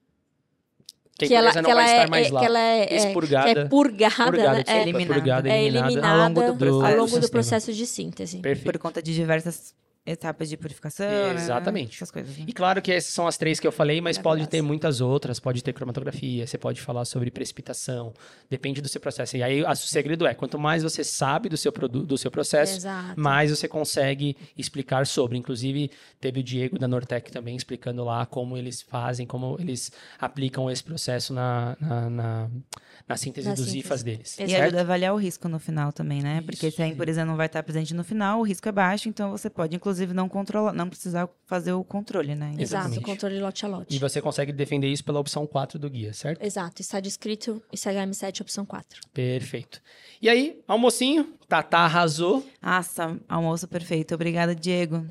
que a que ela, impureza não que ela vai é, estar mais é- lá. que ela é, é- Expurgada. que é purgada, Purgada, né? desculpa, É, eliminada. purgada, é eliminada, eliminada ao longo do ao processo. longo do sistema. processo de síntese. Perfeito. Por conta de diversas etapas de purificação, né? Exatamente. Essas coisas, né? E claro que essas são as três que eu falei, mas pode Maravilhosa. ter muitas outras, pode ter cromatografia, você pode falar sobre precipitação, depende do seu processo. E aí a- o segredo é, quanto mais você sabe do seu produto, do seu processo, Exato. mais você consegue explicar sobre. Inclusive, teve o Diego da Nortec também explicando lá como eles fazem, como eles aplicam esse processo na, na, na, na síntese Na dos síntese. I F As deles. E Exato. certo? ajuda a avaliar o risco no final também, né? Porque se a impureza não vai estar presente no final, o risco é baixo, então você pode, inclusive, não controlar, não precisar fazer o controle, né? Exato, Exatamente. controle lote a lote. E você consegue defender isso pela opção quatro do guia, certo? Exato, está descrito I C H M sete, opção quatro. Perfeito. E aí, almocinho, Tatá arrasou. Nossa, almoço perfeito. Obrigada, Diego.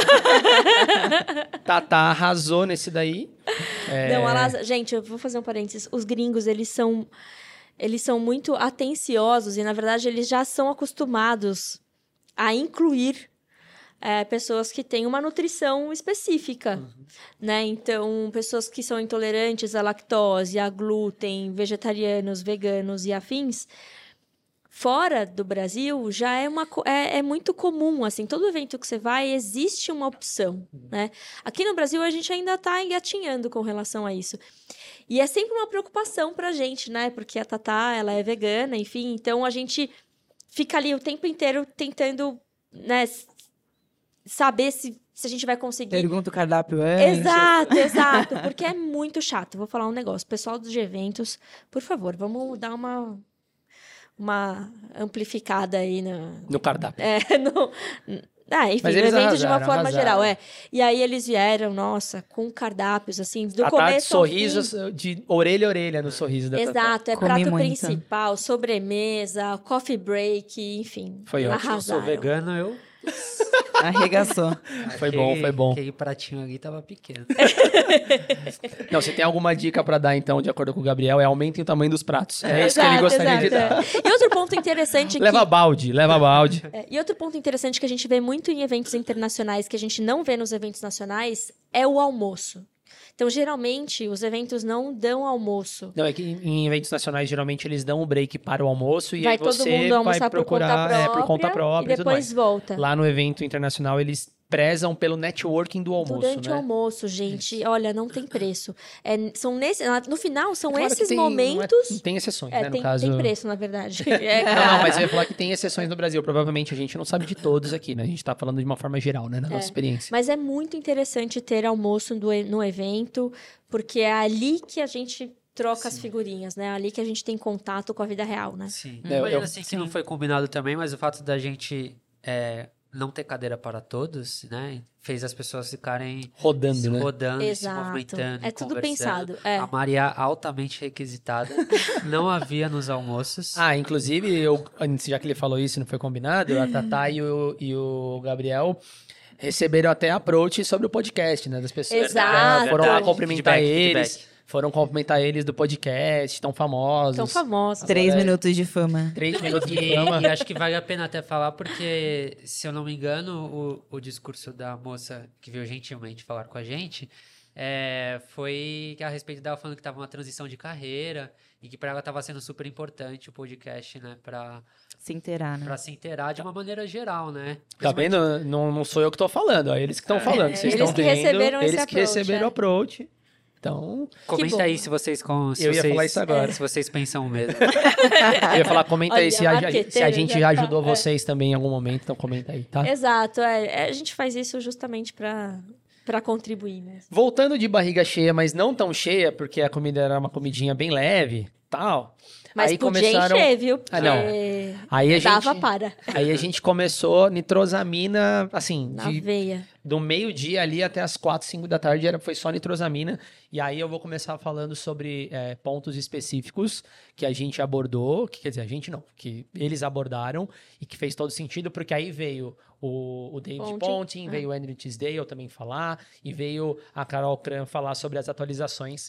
Tatá arrasou nesse daí. É, Não, Alasa, gente, eu vou fazer um parênteses. Os gringos, eles são, eles são muito atenciosos e, na verdade, eles já são acostumados a incluir é, pessoas que têm uma nutrição específica, né? Então, pessoas que são intolerantes à lactose, a glúten, vegetarianos, veganos e afins. Fora do Brasil, já é, uma, co- é, é muito comum, assim, todo evento que você vai, existe uma opção, né? Aqui no Brasil, a gente ainda está engatinhando com relação a isso. E é sempre uma preocupação pra gente, né? Porque a Tatá, ela é vegana, enfim, então a gente fica ali o tempo inteiro tentando, né, s- saber se, se a gente vai conseguir. Pergunta o cardápio antes. Exato, exato, porque é muito chato. Vou falar um negócio, pessoal dos eventos, por favor, vamos dar uma uma amplificada aí na no cardápio. é, no, ah, enfim, Mas no eles evento de uma arrasaram, forma arrasaram. geral, é. E aí eles vieram, nossa, com cardápios assim, do Tatá de começo ao sorrisos, fim. de orelha a orelha no sorriso da Tatá. Exato, é Comi prato muito. principal, sobremesa, coffee break, enfim. Foi ótimo. Eu sou arrasaram. vegano, eu... Arregaçou. Foi Aquele- bom, foi bom. Aquele pratinho ali tava pequeno. Não, você tem alguma dica pra dar, então, de acordo com o Gabriel, é aumentem o tamanho dos pratos. É isso que ele Exato, gostaria de exato, dar. é. E outro ponto interessante Leva que balde, leva balde. É, e outro ponto interessante que a gente vê muito em eventos internacionais, que a gente não vê nos eventos nacionais, é o almoço. Então, geralmente, os eventos não dão almoço. Não, é que em em eventos nacionais, geralmente, eles dão um break para o almoço e Vai aí todo você mundo vai almoçar por conta procurar própria, é, por conta própria e e tudo depois mais. volta. Lá no evento internacional, eles prezam pelo networking do almoço, Durante né? o almoço, gente, olha, não tem preço. É, são nesse, no final, são Claro que esses tem, não é- momentos... tem exceções, É, né? tem, no caso... tem preço, na verdade. É, Não, caro. não, mas eu ia falar que tem exceções no Brasil. Provavelmente a gente não sabe de todos aqui, né? A gente tá falando de uma forma geral, né? Na nossa experiência. Mas é muito interessante ter almoço do e- no evento, porque é ali que a gente troca as figurinhas, né? É ali que a gente tem contato com a vida real, né? Sim. É, eu- Imagina eu- assim que não foi combinado também, mas o fato da gente é, não ter cadeira para todos, né? Fez as pessoas ficarem Rodando, se né? rodando, se Exato. movimentando. É e tudo conversando. pensado, é. A Maria altamente requisitada. Não havia nos almoços. Ah, inclusive, eu, já que ele falou isso e não foi combinado, a Tatá e o, e o Gabriel receberam até approach sobre o podcast, né? Das pessoas. Exato. Foram lá Verdade. cumprimentar Feedback, eles. feedback. Foram cumprimentar eles do podcast, tão famosos. São famosos. Três Agora é- minutos de fama. Três minutos de E, fama. e acho que vale a pena até falar, porque, se eu não me engano, o, o discurso da moça que veio gentilmente falar com a gente é, foi a respeito dela falando que estava uma transição de carreira e que para ela estava sendo super importante o podcast, né? Para Se inteirar, né? para se inteirar de uma maneira geral, né? Tá vendo? Não, não sou eu que tô falando, ó. Eles que estão falando. Vocês eles estão que vendo. receberam esse Eles que approach, receberam é. o approach. Então, Comenta bom. aí se vocês com, se Eu ia vocês, falar isso agora. se vocês pensam o mesmo. eu ia falar, comenta aí Olha, se a, se a marqueteiro gente já já tá- ajudou é. vocês também em algum momento, então comenta aí, tá? Exato, é, é, a gente faz isso justamente para para contribuir, né? Voltando de barriga cheia, mas não tão cheia, porque a comida era uma comidinha bem leve, tal. Mas aí podia começaram... encher, viu? Ah, não. Porque Aí a dava gente, para, aí a gente começou nitrosamina, assim, na de, veia. do meio-dia ali até as quatro, cinco da tarde era, foi só nitrosamina. E aí eu vou começar falando sobre é, pontos específicos que a gente abordou, que quer dizer, a gente não, que eles abordaram e que fez todo sentido, porque aí veio o, o David Ponting. Ponting, Ah. veio o Andrew Tisdale também falar, e veio a Carol Cran falar sobre as atualizações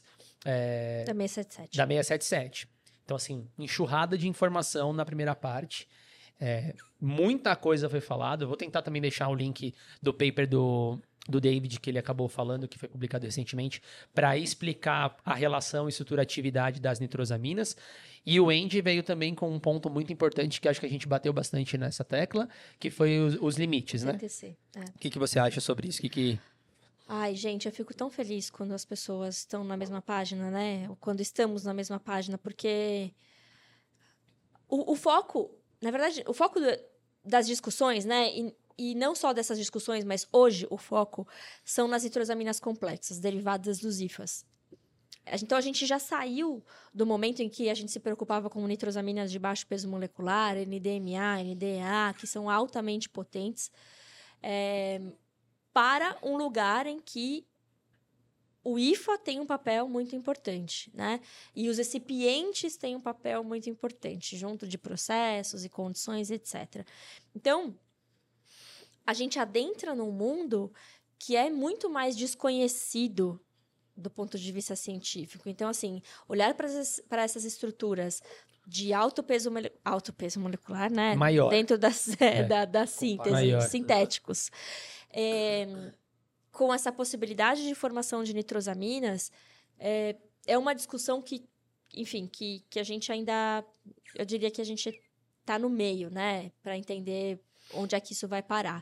é, Da seiscentos e setenta e sete. da seiscentos e setenta e sete. Então, assim, enxurrada de informação na primeira parte. É, muita coisa foi falada. Eu vou tentar também deixar o link do paper do, do David, que ele acabou falando, que foi publicado recentemente, para explicar a relação estrutura-atividade das nitrosaminas. E o Andy veio também com um ponto muito importante, que acho que a gente bateu bastante nessa tecla, que foi os, os limites, né? T T C, é. O que, que você acha sobre isso? O que que... Ai, gente, eu fico tão feliz quando as pessoas estão na mesma página, né? Ou quando estamos na mesma página, porque o, o foco, na verdade, o foco do, das discussões, né? E, e não só dessas discussões, mas hoje o foco são nas nitrosaminas complexas, derivadas dos I F As. Então, a gente já saiu do momento em que a gente se preocupava com nitrosaminas de baixo peso molecular, N D M A, N D E A, que são altamente potentes, é, para um lugar em que o I F A tem um papel muito importante, né? E os recipientes têm um papel muito importante, junto de processos e condições, etcétera. Então, a gente adentra num mundo que é muito mais desconhecido do ponto de vista científico. Então, assim, olhar para essas, para essas estruturas de alto peso, mole- alto peso molecular, né? Maior. Dentro das, é, É. da, da síntese, Maior. sintéticos. É, com essa possibilidade de formação de nitrosaminas, é, é uma discussão que, enfim, que, que a gente ainda, eu diria que a gente está no meio, né? Para entender onde é que isso vai parar.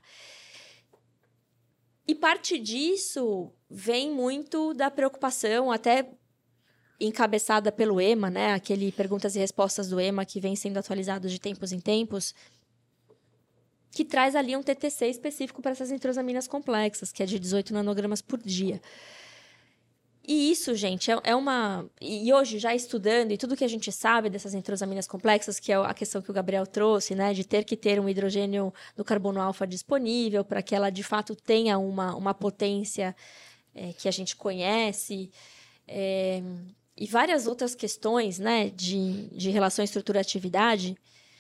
E parte disso vem muito da preocupação, até encabeçada pelo E M A, né? Aquele perguntas e respostas do E M A que vem sendo atualizado de tempos em tempos, que traz ali um T T C específico para essas nitrosaminas complexas, que é de dezoito nanogramas por dia. E isso, gente, é, é uma... E hoje, já estudando, e tudo que a gente sabe dessas nitrosaminas complexas, que é a questão que o Gabriel trouxe, né? De ter que ter um hidrogênio no carbono alfa disponível para que ela, de fato, tenha uma, uma potência é, que a gente conhece. É, e várias outras questões, né? De, de relação estrutura-atividade,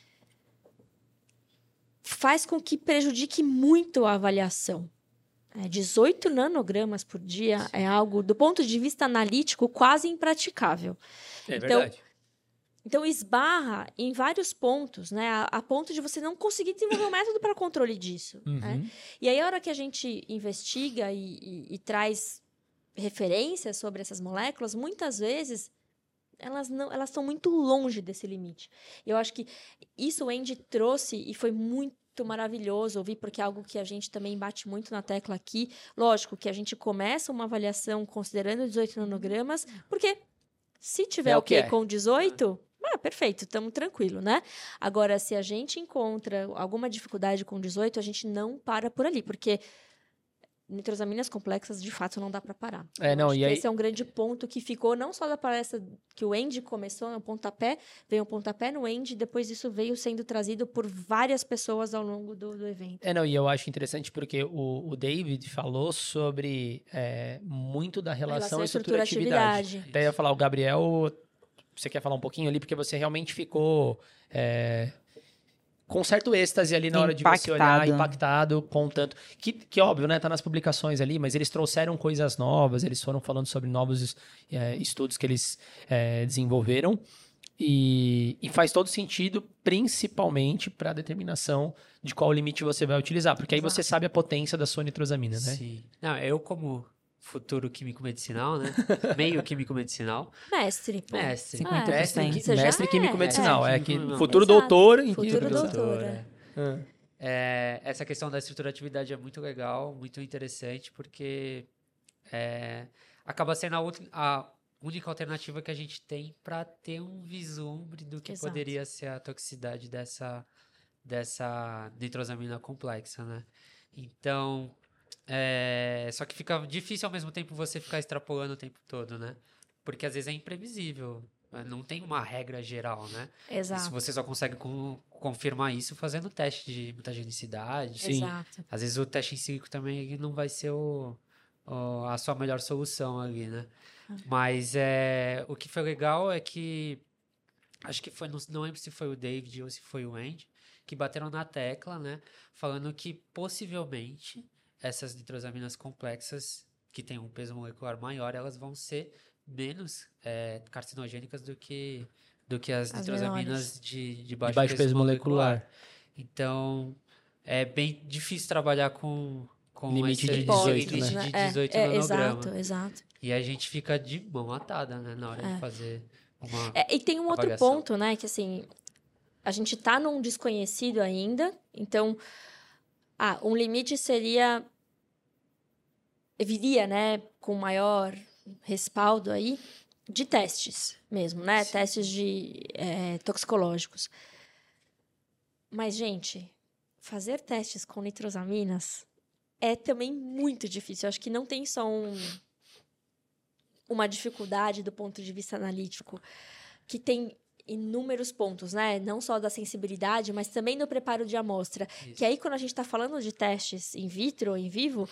faz com que prejudique muito a avaliação. É, dezoito nanogramas por dia é algo, do ponto de vista analítico, quase impraticável. É Então, verdade. Então, esbarra em vários pontos, né? A, a ponto de você não conseguir desenvolver um método para controle disso. Uhum. Né? E aí, a hora que a gente investiga e, e, e traz referências sobre essas moléculas, muitas vezes elas não, elas estão muito longe desse limite. Eu acho que isso o Andy trouxe e foi muito maravilhoso ouvir, porque é algo que a gente também bate muito na tecla aqui. Lógico que a gente começa uma avaliação considerando dezoito nanogramas, porque se tiver É o ok que é. com dezoito, ah, perfeito, estamos tranquilo, né? Agora, se a gente encontra alguma dificuldade com dezoito, a gente não para por ali, porque nitrosaminas complexas, de fato, não dá para parar. É, Eu não, acho e que aí- esse é um grande ponto que ficou não só da palestra que o Andy começou no pontapé, veio um pontapé no Andy, depois isso veio sendo trazido por várias pessoas ao longo do, do evento. É, não, e eu acho interessante porque o, o David falou sobre é, muito da relação, relação à estrutura-atividade. estrutura-atividade. Até eu ia falar, o Gabriel, você quer falar um pouquinho ali? Porque você realmente ficou é, com certo êxtase ali na hora de você olhar, Impactado. impactado com tanto... Que, que óbvio, né? Tá nas publicações ali, mas eles trouxeram coisas novas, eles foram falando sobre novos é, estudos que eles é, desenvolveram. E, e faz todo sentido, principalmente para a determinação de qual limite você vai utilizar. Porque aí você sabe a potência da sua nitrosamina, né? Sim. Não, eu como futuro químico medicinal, né? Meio químico medicinal. Mestre, pô. Mestre. cinquenta por cento. Mestre, Você já mestre é, químico é. medicinal. É, É, que químico não. futuro Exato. doutor em Futuro químico doutor. medicinal. doutora. Ah. É, essa questão da estruturatividade é muito legal, muito interessante, porque é, acaba sendo a, outra- a única alternativa que a gente tem para ter um vislumbre do que Exato. poderia ser a toxicidade dessa, dessa nitrosamina complexa, né? Então, é, só que fica difícil ao mesmo tempo você ficar extrapolando o tempo todo, né? Porque às vezes é imprevisível, não tem uma regra geral, né? Isso Exato. você só consegue com- confirmar isso fazendo teste de mutagenicidade. Sim. Exato. Às vezes o teste em sílico também não vai ser o, o- a sua melhor solução ali, né? Mas é, o que foi legal é que, acho que foi, não, não lembro se foi o David ou se foi o Andy, que bateram na tecla, né? Falando que possivelmente essas nitrosaminas complexas, que têm um peso molecular maior, elas vão ser menos é, carcinogênicas do que, do que as, As nitrosaminas de, de De baixo, baixo peso molecular. Então, é bem difícil trabalhar com, com com Limite esse de Hipócritas, dezoito, limite né? de É, dezoito é, nanograma. exato, exato. E a gente fica de mão atada, né, na hora É. de fazer uma É, e tem um outro avaliação. ponto, né, que assim, a gente tá num desconhecido ainda, então, ah, um limite seria, viria, né, com maior respaldo aí, de testes mesmo, né, Sim. testes de é, toxicológicos. Mas, gente, fazer testes com nitrosaminas é também muito difícil. Eu acho que não tem só um, uma dificuldade do ponto de vista analítico, que tem inúmeros pontos, né? Não só da sensibilidade, mas também do preparo de amostra. Isso. Que aí, quando a gente está falando de testes in vitro ou in vivo,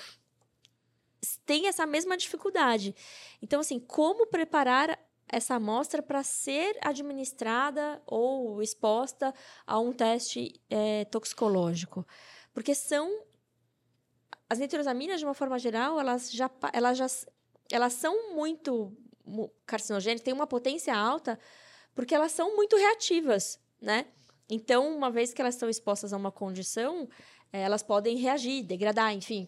tem essa mesma dificuldade. Então, assim, como preparar essa amostra para ser administrada ou exposta a um teste é, toxicológico? Porque são... As nitrosaminas, de uma forma geral, elas já, elas já elas são muito carcinogênicas, têm uma potência alta, porque elas são muito reativas, né? Então, uma vez que elas estão expostas a uma condição, elas podem reagir, degradar, enfim.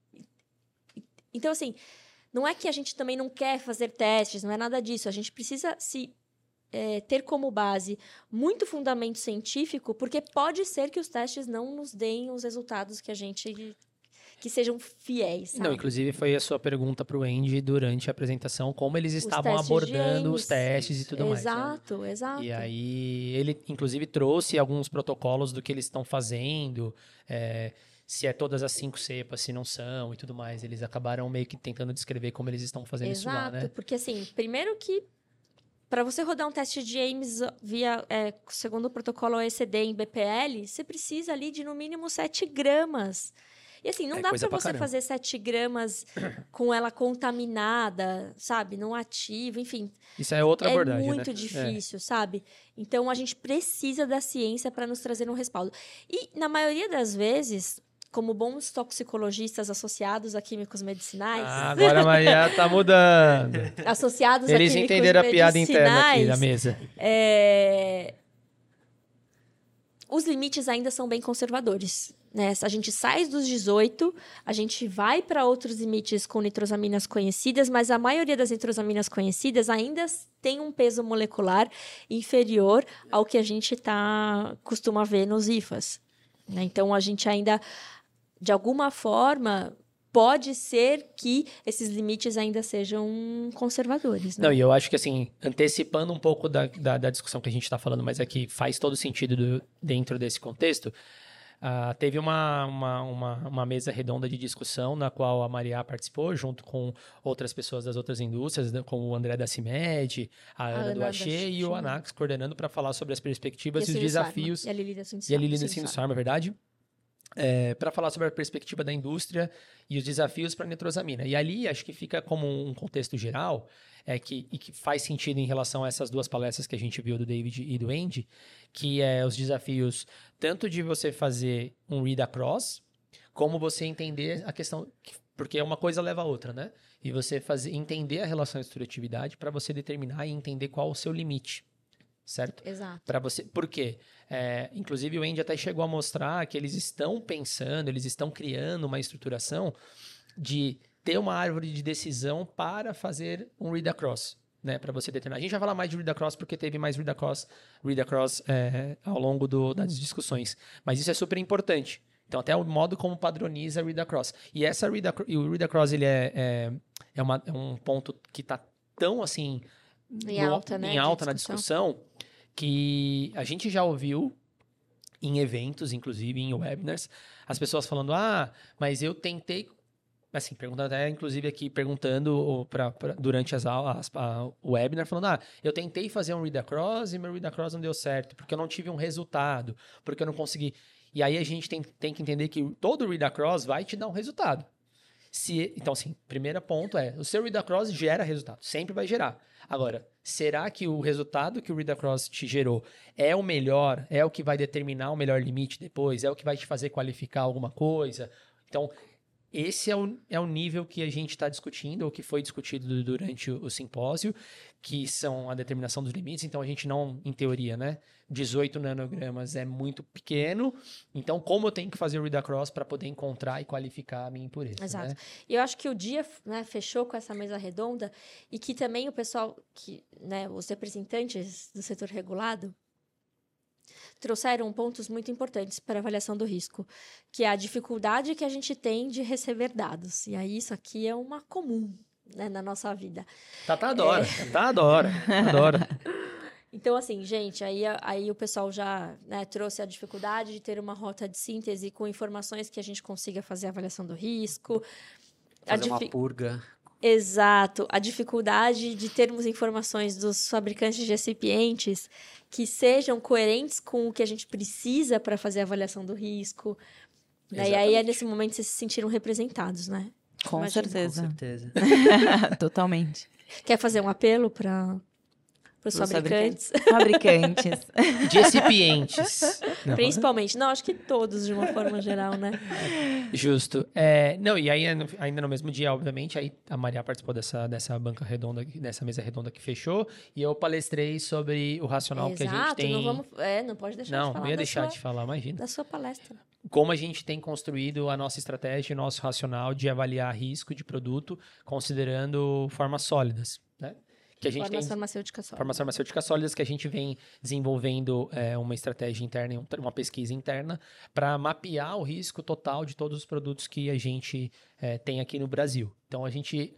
Então, assim, não é que a gente também não quer fazer testes, não é nada disso. A gente precisa se é, ter como base muito fundamento científico, porque pode ser que os testes não nos deem os resultados que a gente... que sejam fiéis, sabe? Não, inclusive foi a sua pergunta para o Andy durante a apresentação, como eles estavam testes abordando de os testes e tudo mais. Exato, Né? exato. E aí ele, inclusive, trouxe alguns protocolos do que eles estão fazendo, é, se é todas as cinco cepas, se não são e tudo mais. Eles acabaram meio que tentando descrever como eles estão fazendo Exato, isso lá, né? porque assim, primeiro que para você rodar um teste de Ames via, é, segundo o protocolo O E C D em B P L, você precisa ali de no mínimo sete gramas. E assim, não É dá coisa para pra você caramba. fazer sete gramas com ela contaminada, sabe? Não ativa, enfim. Isso é outra É abordagem, muito né? difícil, sabe? Então, a gente precisa da ciência para nos trazer um respaldo. E, na maioria das vezes, como bons toxicologistas associados a químicos medicinais... Ah, agora a Maria tá mudando. associados a Eles químicos entenderam a piada interna aqui medicinais, da mesa. é, os limites ainda são bem conservadores. Né? A gente sai dos dezoito, a gente vai para outros limites com nitrosaminas conhecidas, mas a maioria das nitrosaminas conhecidas ainda tem um peso molecular inferior ao que a gente tá, costuma ver nos I F As. Né? Então, a gente ainda, de alguma forma, pode ser que esses limites ainda sejam conservadores. Né? Não, e eu acho que, assim, antecipando um pouco da, da, da discussão que a gente está falando, mas é que faz todo sentido do, dentro desse contexto, uh, teve uma, uma, uma, uma mesa redonda de discussão na qual a Maria participou, junto com outras pessoas das outras indústrias, né, como o André da CIMED, a, a Ana, Ana do Axê e o Anax, coordenando para falar sobre as perspectivas e, e os desafios. Pharma. E a Lili da Sindusarma. E a Lili da Sindusarma, é verdade? É, para falar sobre a perspectiva da indústria e os desafios para a nitrosamina. E ali, acho que fica como um contexto geral, é que, e que faz sentido em relação a essas duas palestras que a gente viu do David e do Andy, que é os desafios tanto de você fazer um read across, como você entender a questão, porque uma coisa leva a outra, né? E você fazer, entender a relação de estrutividade para você determinar e entender qual o seu limite. Certo? Exato. Para você, por quê? É, inclusive o Andy até chegou a mostrar que eles estão pensando, eles estão criando uma estruturação de ter uma árvore de decisão para fazer um read across, né? Para você determinar. A gente vai falar mais de read across porque teve mais read across, read across é, ao longo do, das discussões. Mas isso é super importante. Então, até o modo como padroniza read across. E essa read across, e o read across ele é, é, é, uma, é um ponto que está tão assim em no, alta, né, em alta discussão. na discussão, que a gente já ouviu em eventos, inclusive em webinars, as pessoas falando, ah, mas eu tentei, assim, perguntando até, inclusive aqui, perguntando pra, pra, durante as aulas, a, o webinar, falando, ah, eu tentei fazer um read across e meu read across não deu certo, porque eu não tive um resultado, porque eu não consegui. E aí a gente tem, tem que entender que todo read across vai te dar um resultado. Se, então, assim, primeiro ponto é, o seu read across gera resultado, sempre vai gerar. Agora, será que o resultado que o read across te gerou é o melhor, é o que vai determinar o melhor limite depois, é o que vai te fazer qualificar alguma coisa? Então, esse é o, é o nível que a gente está discutindo, ou que foi discutido durante o, o simpósio, que são a determinação dos limites. Então, a gente não, em teoria, né? dezoito nanogramas é muito pequeno. Então, como eu tenho que fazer o read across para poder encontrar e qualificar a minha impureza? Exato. Né? E eu acho que o dia, né, fechou com essa mesa redonda e que também o pessoal, que, né, os representantes do setor regulado, trouxeram pontos muito importantes para a avaliação do risco, que é a dificuldade que a gente tem de receber dados. E aí isso aqui é uma comum, né, na nossa vida. Tá, adora, é... tá, adora, adora. Então, assim, gente, aí, aí o pessoal já, né, trouxe a dificuldade de ter uma rota de síntese com informações que a gente consiga fazer a avaliação do risco. Fazer a uma purga. Exato. A dificuldade de termos informações dos fabricantes de recipientes que sejam coerentes com o que a gente precisa para fazer a avaliação do risco. Né? E aí, é nesse momento, vocês se sentiram representados, né? Com Imagina. certeza. Com certeza. Totalmente. Quer fazer um apelo para os fabricantes? Fabricantes. De recipientes. Não. Principalmente. Não, acho que todos, de uma forma geral, né? Justo. É, não, e aí, ainda no mesmo dia, obviamente, aí a Maria participou dessa, dessa banca redonda, dessa mesa redonda que fechou, e eu palestrei sobre o racional Exato, que a gente tem... não vamos... É, não pode deixar não, de falar não ia da deixar sua, de falar, imagina. da sua palestra. Como a gente tem construído a nossa estratégia, o nosso racional de avaliar risco de produto, considerando formas sólidas, né? Que a gente Formas tem farmacêuticas sólidas. Formas farmacêuticas sólidas que a gente vem desenvolvendo é, uma estratégia interna, uma pesquisa interna para mapear o risco total de todos os produtos que a gente é, tem aqui no Brasil. Então, a gente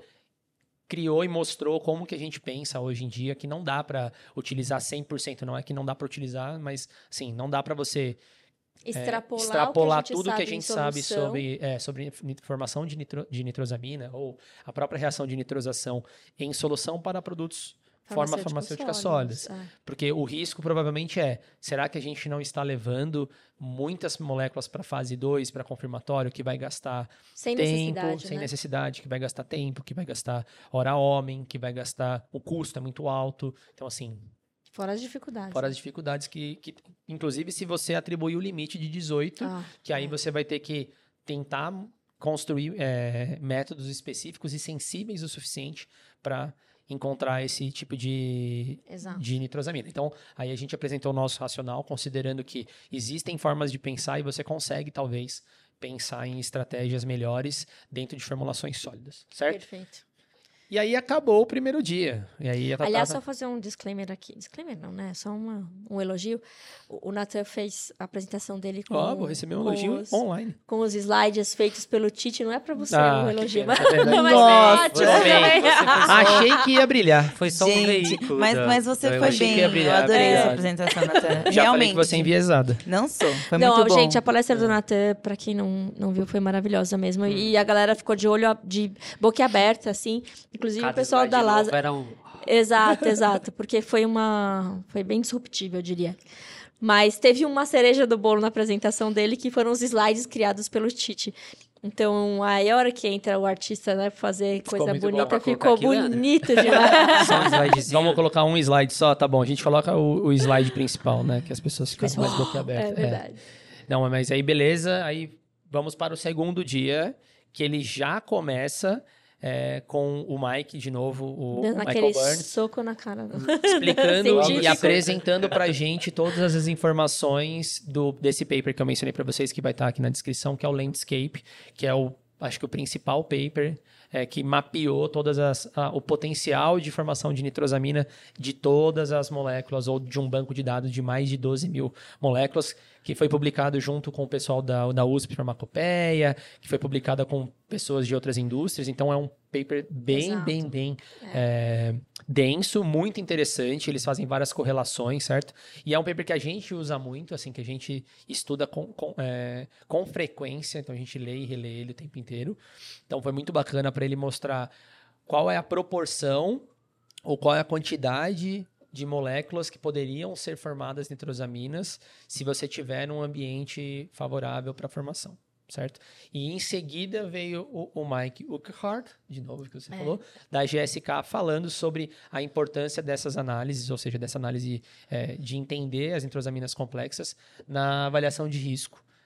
criou e mostrou como que a gente pensa hoje em dia que não dá para utilizar cem por cento, não é que não dá para utilizar, mas, assim, não dá para você... Extrapolar, é, extrapolar o que tudo que a gente sabe solução. sobre, é, sobre formação de, nitro, de nitrosamina ou a própria reação de nitrosação em solução para produtos forma farmacêutica sólidas. sólidas. É. Porque o risco provavelmente é, será que a gente não está levando muitas moléculas para fase dois, para confirmatório, que vai gastar sem tempo, necessidade, sem né? necessidade, que vai gastar tempo, que vai gastar hora homem, que vai gastar... O custo é muito alto. Então, assim... Fora as dificuldades. Fora as dificuldades que, que... Inclusive, se você atribuir o limite de dezoito, ah, que aí é. você vai ter que tentar construir é, métodos específicos e sensíveis o suficiente para encontrar esse tipo de, de nitrosamina. Então, aí a gente apresentou o nosso racional, considerando que existem formas de pensar e você consegue, talvez, pensar em estratégias melhores dentro de formulações sólidas, certo? Perfeito. E aí acabou o primeiro dia. E aí a Tatá... Aliás, só fazer um disclaimer aqui. Disclaimer não, né? Só uma, um elogio. O, o Natan fez a apresentação dele com... Ó, oh, vou receber um elogio os, online. Com os slides feitos pelo Tite. Não é pra você ah, um elogio, mas, tá mas Nossa, ótimo. Bem, Achei que ia brilhar. Foi só Gente, um veículo. Mas, da, mas você da foi achei bem. que ia brilhar, Eu adorei é. essa apresentação, Natan. Já Realmente. falei que você é enviesada. Não sou. Foi não, muito bom. gente, a palestra do Natan, pra quem não, não viu, foi maravilhosa mesmo. Hum. E a galera ficou de olho, de boca aberta, assim. Inclusive Cada o pessoal da Lasa... Era um... Exato, exato. Porque foi uma... Foi bem disruptivo, eu diria. Mas teve uma cereja do bolo na apresentação dele, que foram os slides criados pelo Tite. Então, aí a hora que entra o artista, né, pra fazer Ficou coisa muito bonita, bom. ficou Aqui, bonito demais. Só um slidezinho. Vamos colocar um slide só, tá bom. A gente coloca o, o slide principal, né? Que as pessoas ficam mais boca aberta. É verdade. É. Não, mas aí beleza. Aí vamos para o segundo dia, que ele já começa... É, com o Mike, de novo, o Dando Michael aquele Burns, soco na cara. explicando Científico. e apresentando pra gente todas as informações do, desse paper que eu mencionei pra vocês, que vai estar aqui na descrição, que é o Landscape, que é o, acho que o principal paper é, que mapeou todas as, a, o potencial de formação de nitrosamina de todas as moléculas, ou de um banco de dados de mais de doze mil moléculas, que foi publicado junto com o pessoal da, da U S P Farmacopeia, que foi publicada com pessoas de outras indústrias. Então, é um paper bem, Exato. bem, bem é. É, denso, muito interessante. Eles fazem várias correlações, certo? E é um paper que a gente usa muito, assim, que a gente estuda com, com, é, com frequência. Então, a gente lê e relê ele o tempo inteiro. Então, foi muito bacana para ele mostrar qual é a proporção ou qual é a quantidade de moléculas que poderiam ser formadas nitrosaminas se você tiver um ambiente favorável para a formação, certo? E em seguida veio o, o Mike Urquhart, de novo que você é. falou, da G S K, falando sobre a importância dessas análises, ou seja, dessa análise é, de entender as nitrosaminas complexas na avaliação de risco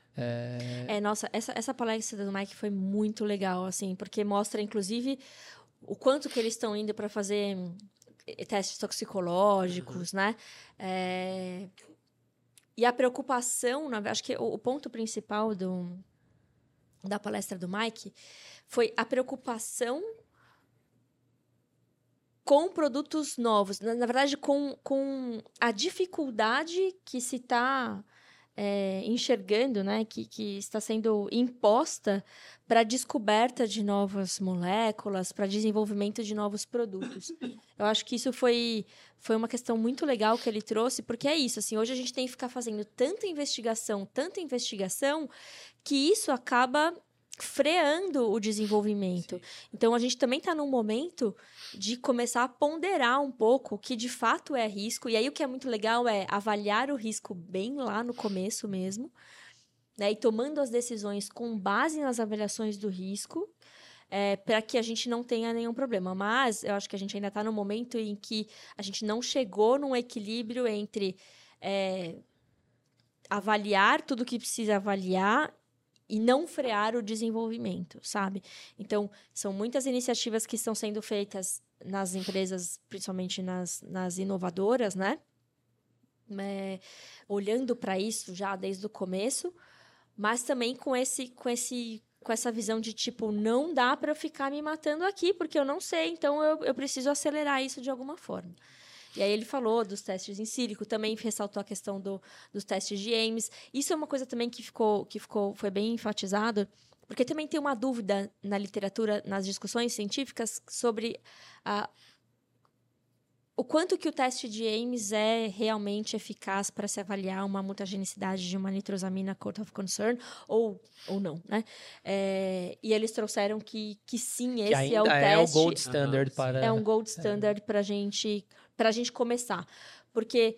É... É, nossa, essa, essa palestra do Mike foi muito legal, assim, porque mostra, inclusive, o quanto que eles estão indo para fazer testes toxicológicos, uhum. né? É... E a preocupação, acho que o, o ponto principal do, da palestra do Mike foi a preocupação com produtos novos. Na, na verdade, com, com a dificuldade que se está é, enxergando, né? que, que está sendo imposta para a descoberta de novas moléculas, para desenvolvimento de novos produtos. Eu acho que isso foi, foi uma questão muito legal que ele trouxe, porque é isso, assim, hoje a gente tem que ficar fazendo tanta investigação, tanta investigação, que isso acaba freando o desenvolvimento. Sim. Então, a gente também está num momento de começar a ponderar um pouco o que de fato é risco. E aí, o que é muito legal é avaliar o risco bem lá no começo mesmo, né? E tomando as decisões com base nas avaliações do risco, é, para que a gente não tenha nenhum problema. Mas eu acho que a gente ainda está no momento em que a gente não chegou num equilíbrio entre é, avaliar tudo que precisa avaliar e não frear o desenvolvimento, sabe? Então, são muitas iniciativas que estão sendo feitas nas empresas, principalmente nas, nas inovadoras, né? É, olhando para isso já desde o começo, mas também com, esse, com, esse, com essa visão de, tipo, não dá para eu ficar me matando aqui, porque eu não sei, então eu, eu preciso acelerar isso de alguma forma. E aí ele falou dos testes em sílico, também ressaltou a questão do, dos testes de Ames. Isso é uma coisa também que ficou, que ficou, foi bem enfatizado, porque também tem uma dúvida na literatura, nas discussões científicas, sobre a, o quanto que o teste de Ames é realmente eficaz para se avaliar uma mutagenicidade de uma nitrosamina Code of Concern, ou, ou não, né? É, e eles trouxeram que, que sim, que esse ainda é o teste. É o gold standard uhum, para... É um gold standard é. para gente, a gente começar. Porque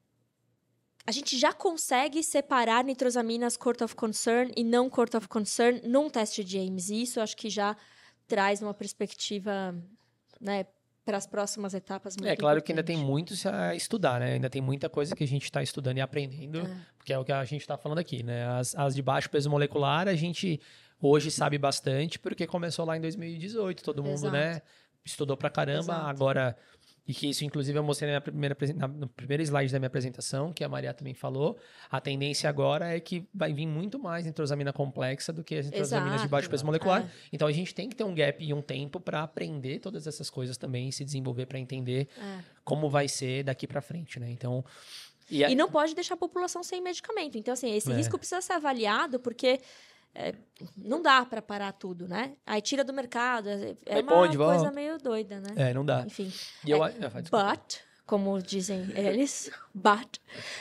a gente já consegue separar nitrosaminas Code of Concern e não Code of Concern num teste de Ames. E isso acho que já traz uma perspectiva, né, para as próximas etapas muito É claro importante. que ainda tem muito a estudar, né? Ainda tem muita coisa que a gente está estudando e aprendendo, É. porque é o que a gente está falando aqui, né? As, as de baixo peso molecular, a gente hoje sabe bastante, porque começou lá em dois mil e dezoito, todo mundo, Exato. né? Estudou pra caramba, Exato. agora... E que isso, inclusive, eu mostrei na primeira, na, no primeiro slide da minha apresentação, que a Maria também falou. A tendência agora é que vai vir muito mais nitrosamina complexa do que as nitrosaminas Exato. de baixo peso molecular. É. Então, a gente tem que ter um gap e um tempo para aprender todas essas coisas também e se desenvolver para entender É. como vai ser daqui para frente, né? Então... E, a... e não pode deixar a população sem medicamento. Então, assim, esse É. risco precisa ser avaliado, porque... É, não dá para parar tudo, né? Aí tira do mercado, é, é uma pode, coisa volta. meio doida, né? É, não dá. Enfim. E eu... é, ah, but, como dizem eles, but,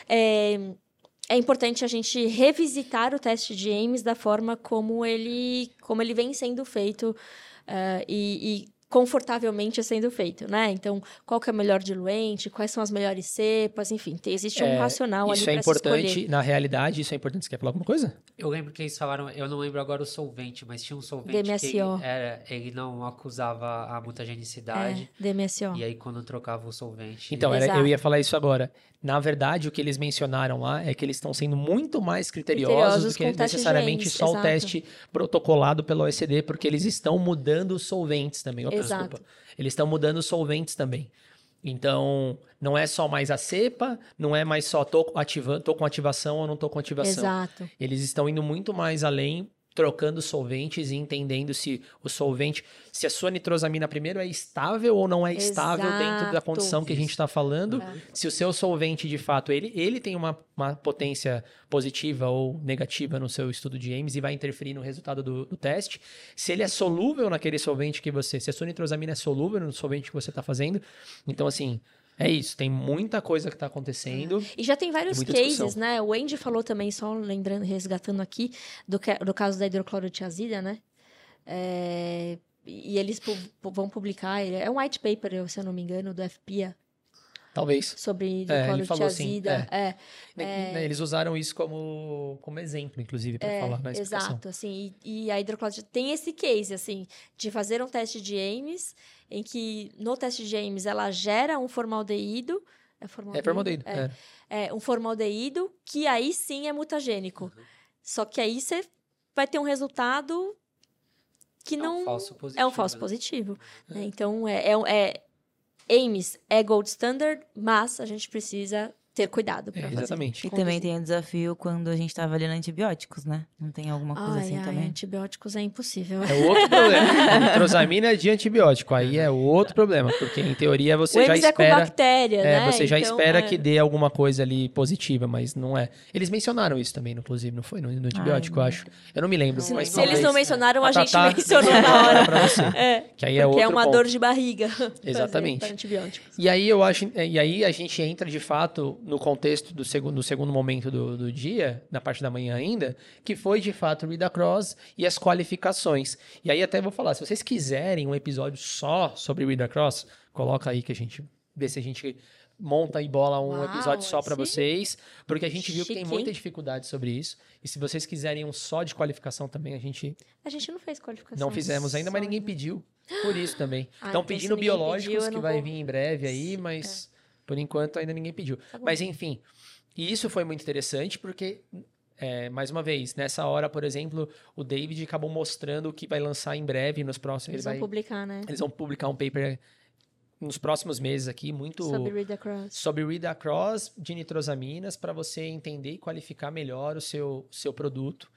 é, é importante a gente revisitar o teste de Ames da forma como ele, como ele vem sendo feito uh, e, e confortavelmente sendo feito, né? Então, qual que é o melhor diluente, quais são as melhores cepas, enfim, tem, existe um é, racional ali isso é para se escolher. importante, na realidade, isso é importante. Você quer falar alguma coisa? Eu lembro que eles falaram, eu não lembro agora o solvente, mas tinha um solvente D M S O. que era, ele não acusava a mutagenicidade. É, D M S O. E aí, quando trocava o solvente... Então, era, Exato. eu ia falar isso agora. Na verdade, o que eles mencionaram lá é que eles estão sendo muito mais criteriosos, Criteriosos do que com o teste necessariamente de Ames, só exato. o teste protocolado pela O E C D, porque eles estão mudando os solventes também. Opa, Exato. desculpa. Eles estão mudando os solventes também. Então, não é só mais a cepa, não é mais só tô, ativando, tô com ativação ou não tô com ativação. Exato. Eles estão indo muito mais além, trocando solventes e entendendo se o solvente, se a sua nitrosamina primeiro é estável ou não é estável Exato. dentro da condição que a gente está falando. É. Se o seu solvente, de fato, ele, ele tem uma, uma potência positiva ou negativa no seu estudo de Ames e vai interferir no resultado do, do teste. Se ele é solúvel naquele solvente que você... Se a sua nitrosamina é solúvel no solvente que você está fazendo. Então, assim... É isso, tem muita coisa que está acontecendo. E já tem vários muita cases, discussão. né? O Andy falou também, só lembrando, resgatando aqui, do, que, do caso da hidroclorotiazida, né? É, e eles pu vão publicar, é um white paper, se eu não me engano, do F P A. Talvez. Sobre É, ele falou assim, hidroclorotiazida. é. É, É, eles usaram isso como, como exemplo, inclusive, para é, falar na explicação. exato, assim, e, e a hidroclorotiazida tem esse case, assim, de fazer um teste de Ames, em que no teste de Ames ela gera um formaldeído. É formaldeído? É formaldeído. É, É. é um formaldeído que aí sim é mutagênico. Só que aí você vai ter um resultado que É um não... falso É um positivo, falso né? positivo. né? Então, é, é, é... Ames é gold standard, mas a gente precisa ter cuidado pra É, fazer. exatamente. E também tem o desafio quando a gente tá avaliando antibióticos, né? Não tem alguma coisa Ai, assim ai, também? antibióticos é impossível. É outro problema. Nitrosamina de antibiótico. Aí é outro problema. Porque, em teoria, você o já Ames é com espera... bactéria, É, né? você já Então, espera é. que dê alguma coisa ali positiva, mas não é. Eles mencionaram isso também, inclusive, não foi? No, no antibiótico, eu Ai, acho. Eu não me lembro. Se- mas Se eles não talvez- mencionaram, A a gente Tatá mencionou mencionou na hora. pra você. É, Que aí é porque outro é uma ponto. dor de barriga. Exatamente. Para antibióticos. E aí eu acho, e aí a gente entra de fato no contexto do segundo, no segundo momento do, do dia, na parte da manhã ainda, que foi de fato o Read Across e as qualificações. E aí até vou falar, se vocês quiserem um episódio só sobre Read Across, coloca aí que a gente vê se a gente monta e bola um Uau, episódio só para sim. vocês, porque a gente viu que tem Chique, muita hein? dificuldade sobre isso. E se vocês quiserem um só de qualificação também, a gente A gente não fez qualificação. não fizemos ainda, mas ninguém sólida. pediu por isso também. Ah, Estão então se pedindo ninguém biológicos, pediu, eu que não vai vou. vir em breve aí, mas por enquanto ainda ninguém pediu. Tá bom. Mas enfim, e isso foi muito interessante porque, é, mais uma vez, nessa hora, por exemplo, o David acabou mostrando o que vai lançar em breve nos próximos. Eles ele vão vai- publicar, né? Eles vão publicar um paper nos próximos meses aqui, muito Sobre Read Across. sobre Read Across de nitrosaminas para você entender e qualificar melhor o seu, seu produto.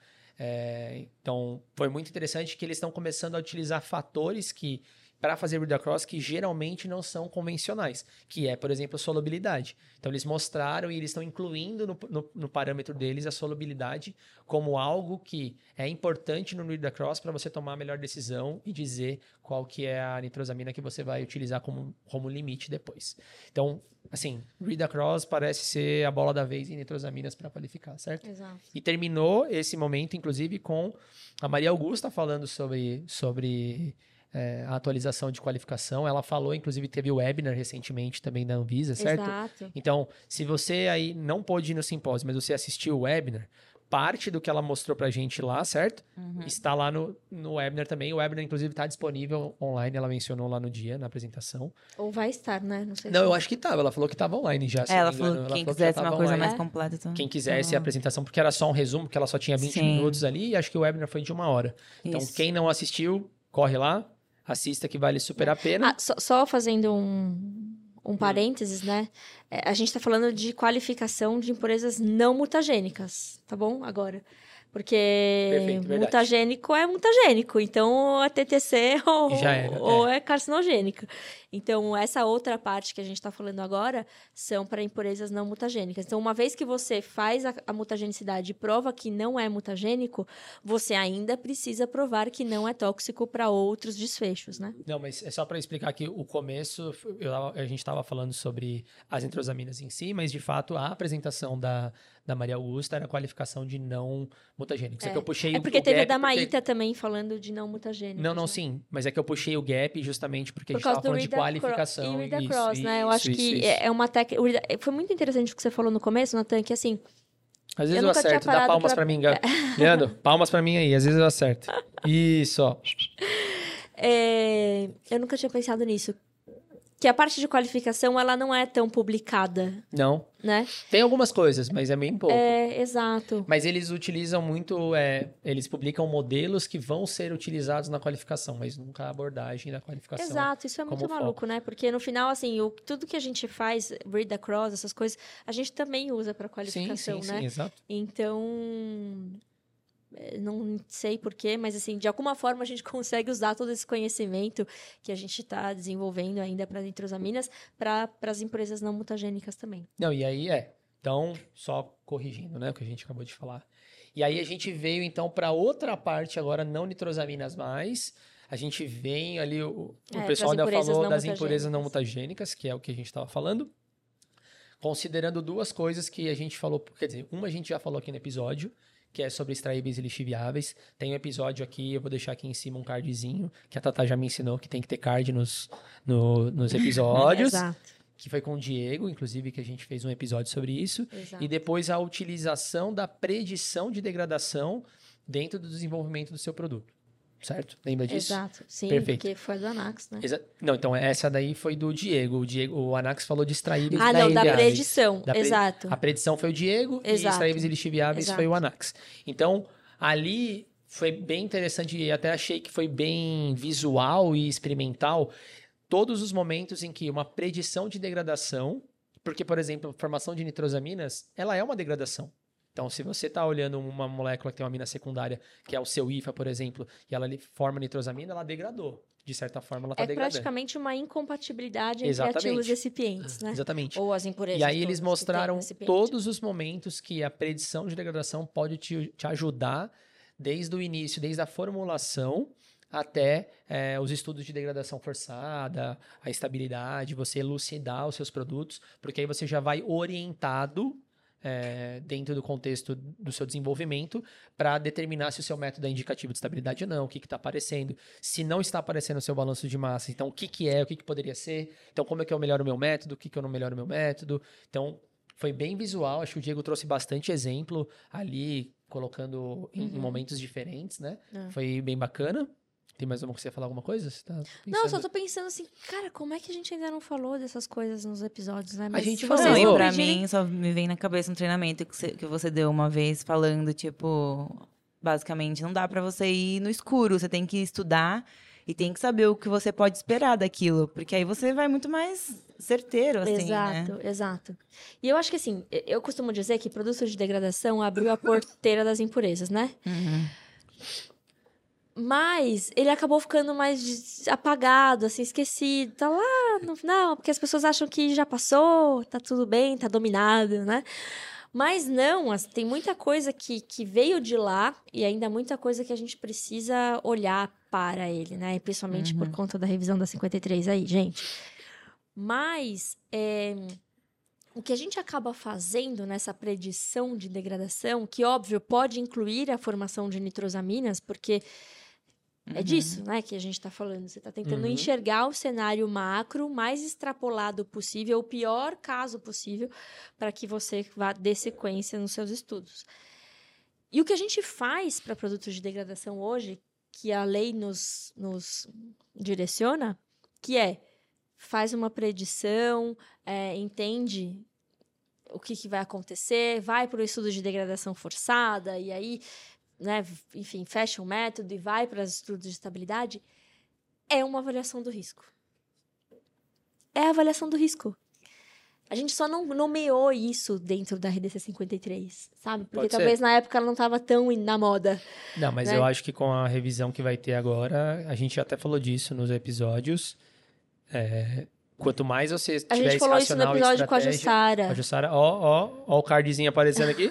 É, então, foi muito interessante que eles estão começando a utilizar fatores que para fazer Read Across que geralmente não são convencionais, que é, por exemplo, a solubilidade. Então, eles mostraram e eles estão incluindo no, no, no parâmetro deles a solubilidade como algo que é importante no Read Across para você tomar a melhor decisão e dizer qual que é a nitrosamina que você vai utilizar como, como limite depois. Então, assim, Read Across parece ser a bola da vez em nitrosaminas para qualificar, certo? Exato. E terminou esse momento, inclusive, com a Maria Augusta falando sobre, sobre é, a atualização de qualificação. Ela falou, inclusive, teve o webinar recentemente também da Anvisa, certo? Exato. Então, se você aí não pôde ir no simpósio, mas você assistiu o webinar, parte do que ela mostrou pra gente lá, certo? Está lá no, no webinar também. O webinar, inclusive, está disponível online. Ela mencionou lá no dia, na apresentação. Ou vai estar, né? Não sei Não, se... eu acho que estava. Ela falou que estava online já. se É, não ela me falou engano. que quem falou que já quisesse uma tava coisa online. mais completa. Então... Quem quisesse a apresentação, porque era só um resumo, porque ela só tinha vinte Sim. minutos ali, e acho que o webinar foi de uma hora. Então, Isso. quem não assistiu, corre lá, assista que vale super a pena. Ah, só, só fazendo um, um parênteses, né? É, a gente está falando de qualificação de impurezas não mutagênicas, tá bom? Agora. Porque Perfeito, verdade. mutagênico é mutagênico, então é T T C ou, Já era, ou é. carcinogênico. Então, essa outra parte que a gente está falando agora são para impurezas não mutagênicas. Então, uma vez que você faz a, a mutagenicidade e prova que não é mutagênico, você ainda precisa provar que não é tóxico para outros desfechos, né? Não, mas é só para explicar que o começo, eu tava- a gente estava falando sobre as nitrosaminas em si, mas de fato a apresentação da, da Maria Augusta era a qualificação de não mutagênico. Isso é que eu puxei É o- porque o teve a gap da porque- Maíta também falando de não mutagênicos. Não, não, né? sim. Mas é que eu puxei o gap justamente porque a Por gente causa estava do falando de Read Acro- qualificação. e Read Isso, Across, né? Eu isso, acho isso, que isso. é é uma técnica... o Read- Foi muito interessante o que você falou no começo, Natan, que assim... Às vezes Eu eu, nunca tinha acerto. Dá parado palmas pra- pra mim, Gab. Leandro, palmas pra mim aí. Às vezes eu acerto. Isso, ó. é, Eu nunca tinha pensado nisso. Que a parte de qualificação, ela não é tão publicada, Não. né? Tem algumas coisas, mas é bem pouco. É, exato. Mas eles utilizam muito, é, eles publicam modelos que vão ser utilizados na qualificação, mas nunca a abordagem da qualificação. Exato, isso é muito como maluco, né? Porque no final, assim, o, tudo que a gente faz, read across, essas coisas, a gente também usa para Sim, qualificação, sim, né? sim, exato. Então, eh, não sei porquê, mas assim, de alguma forma a gente consegue usar todo esse conhecimento que a gente está desenvolvendo ainda para nitrosaminas para as impurezas não mutagênicas também. Não, e aí é. Então, só corrigindo, né, o que a gente acabou de falar. E aí a gente veio, então, para outra parte agora, não nitrosaminas mais. A gente vem ali, o, o É, pessoal pras ainda impurezas falou não das impurezas não mutagênicas. mutagênicas, que é o que a gente estava falando. Considerando duas coisas que a gente falou, quer dizer, uma a gente já falou aqui no episódio, que é sobre extraíveis e lixiviáveis. Tem um episódio aqui, eu vou deixar aqui em cima um cardzinho, que a Tatá já me ensinou que tem que ter card nos, no- nos episódios. Exato, Que foi com o Diego, inclusive, que a gente fez um episódio sobre isso. exato. E depois a utilização da predição de degradação dentro do desenvolvimento do seu produto. certo? Lembra disso? Exato, sim, Perfeito. porque foi do Anax, né? Exa- Não, então essa daí foi do Diego. O Diego, o Anax falou de extraíveis Ah, não, da viáveis. predição, Da pre- exato. A predição foi o Diego e Exato. extraíveis e lixiviáveis foi o Exato. Anax. Então, ali foi bem interessante e até achei que foi bem visual e experimental todos os momentos em que uma predição de degradação, porque, por exemplo, a formação de nitrosaminas, ela é uma degradação. Então, se você está olhando uma molécula que tem uma amina secundária, que é o seu I F A, por exemplo, e ela ali forma nitrosamina, ela degradou. De certa forma, ela está É degradando. praticamente uma incompatibilidade entre Exatamente. ativos recipientes, né? Exatamente. Ou as impurezas. E aí eles todas que tem mostraram no recipiente. todos os momentos que a predição de degradação pode te, te ajudar desde o início, desde a formulação até é, os estudos de degradação forçada, a estabilidade, você elucidar os seus produtos, porque aí você já vai orientado é, dentro do contexto do seu desenvolvimento para determinar se o seu método é indicativo de estabilidade ou não, o que está aparecendo. Se não está aparecendo o seu balanço de massa, então o que, que é, o que, que poderia ser, então como é que eu melhoro o meu método, o que, que eu não melhoro o meu método. Então, foi bem visual, acho que o Diego trouxe bastante exemplo ali, colocando em, em Uhum. momentos diferentes, né? É. Foi bem bacana. Tem mais alguma que você ia falar alguma coisa? Você tá Não, eu pensando? só tô pensando assim, cara, como é que a gente ainda não falou dessas coisas nos episódios, né? gente se falou. vocês Não, não e pra pedirem- mim, só me vem na cabeça um treinamento que você, que você deu uma vez falando, tipo, basicamente, não dá pra você ir no escuro, você tem que estudar e tem que saber o que você pode esperar daquilo, porque aí você vai muito mais certeiro, assim, Exato, né? exato. E eu acho que assim, eu- eu costumo dizer que produto de degradação abriu a porteira das impurezas, né? Uhum. Mas ele acabou ficando mais des- apagado, assim, esquecido. Tá lá no final, porque as pessoas acham que já passou, tá tudo bem, tá dominado, né? Mas não, as- tem muita coisa que, que veio de lá e ainda muita coisa que a gente precisa olhar para ele, né? E principalmente por conta da revisão da cinquenta e três aí, gente. Mas é, o que a gente acaba fazendo nessa predição de degradação, que óbvio pode incluir a formação de nitrosaminas, porque é disso, né, que a gente está falando. Você está tentando Uhum. enxergar o cenário macro mais extrapolado possível, o pior caso possível, para que você vá dê sequência nos seus estudos. E o que a gente faz para produtos de degradação hoje, que a lei nos, nos direciona, que é faz uma predição, é, entende o que, que vai acontecer, vai para o estudo de degradação forçada, e aí, né, enfim, fecha o método e vai para os estudos de estabilidade, é uma avaliação do risco. É a avaliação do risco. A gente só não nomeou isso dentro da R D C cinquenta e três, sabe? Porque Pode ser. talvez na época ela não estava tão in- na moda. Não, mas né? eu acho que com a revisão que vai ter agora, a gente até falou disso nos episódios. é, quanto mais você tiver A gente esse falou isso no racional e episódio com a estratégia- Jussara. Com a Jussara, ó, ó, ó o cardzinho aparecendo aqui.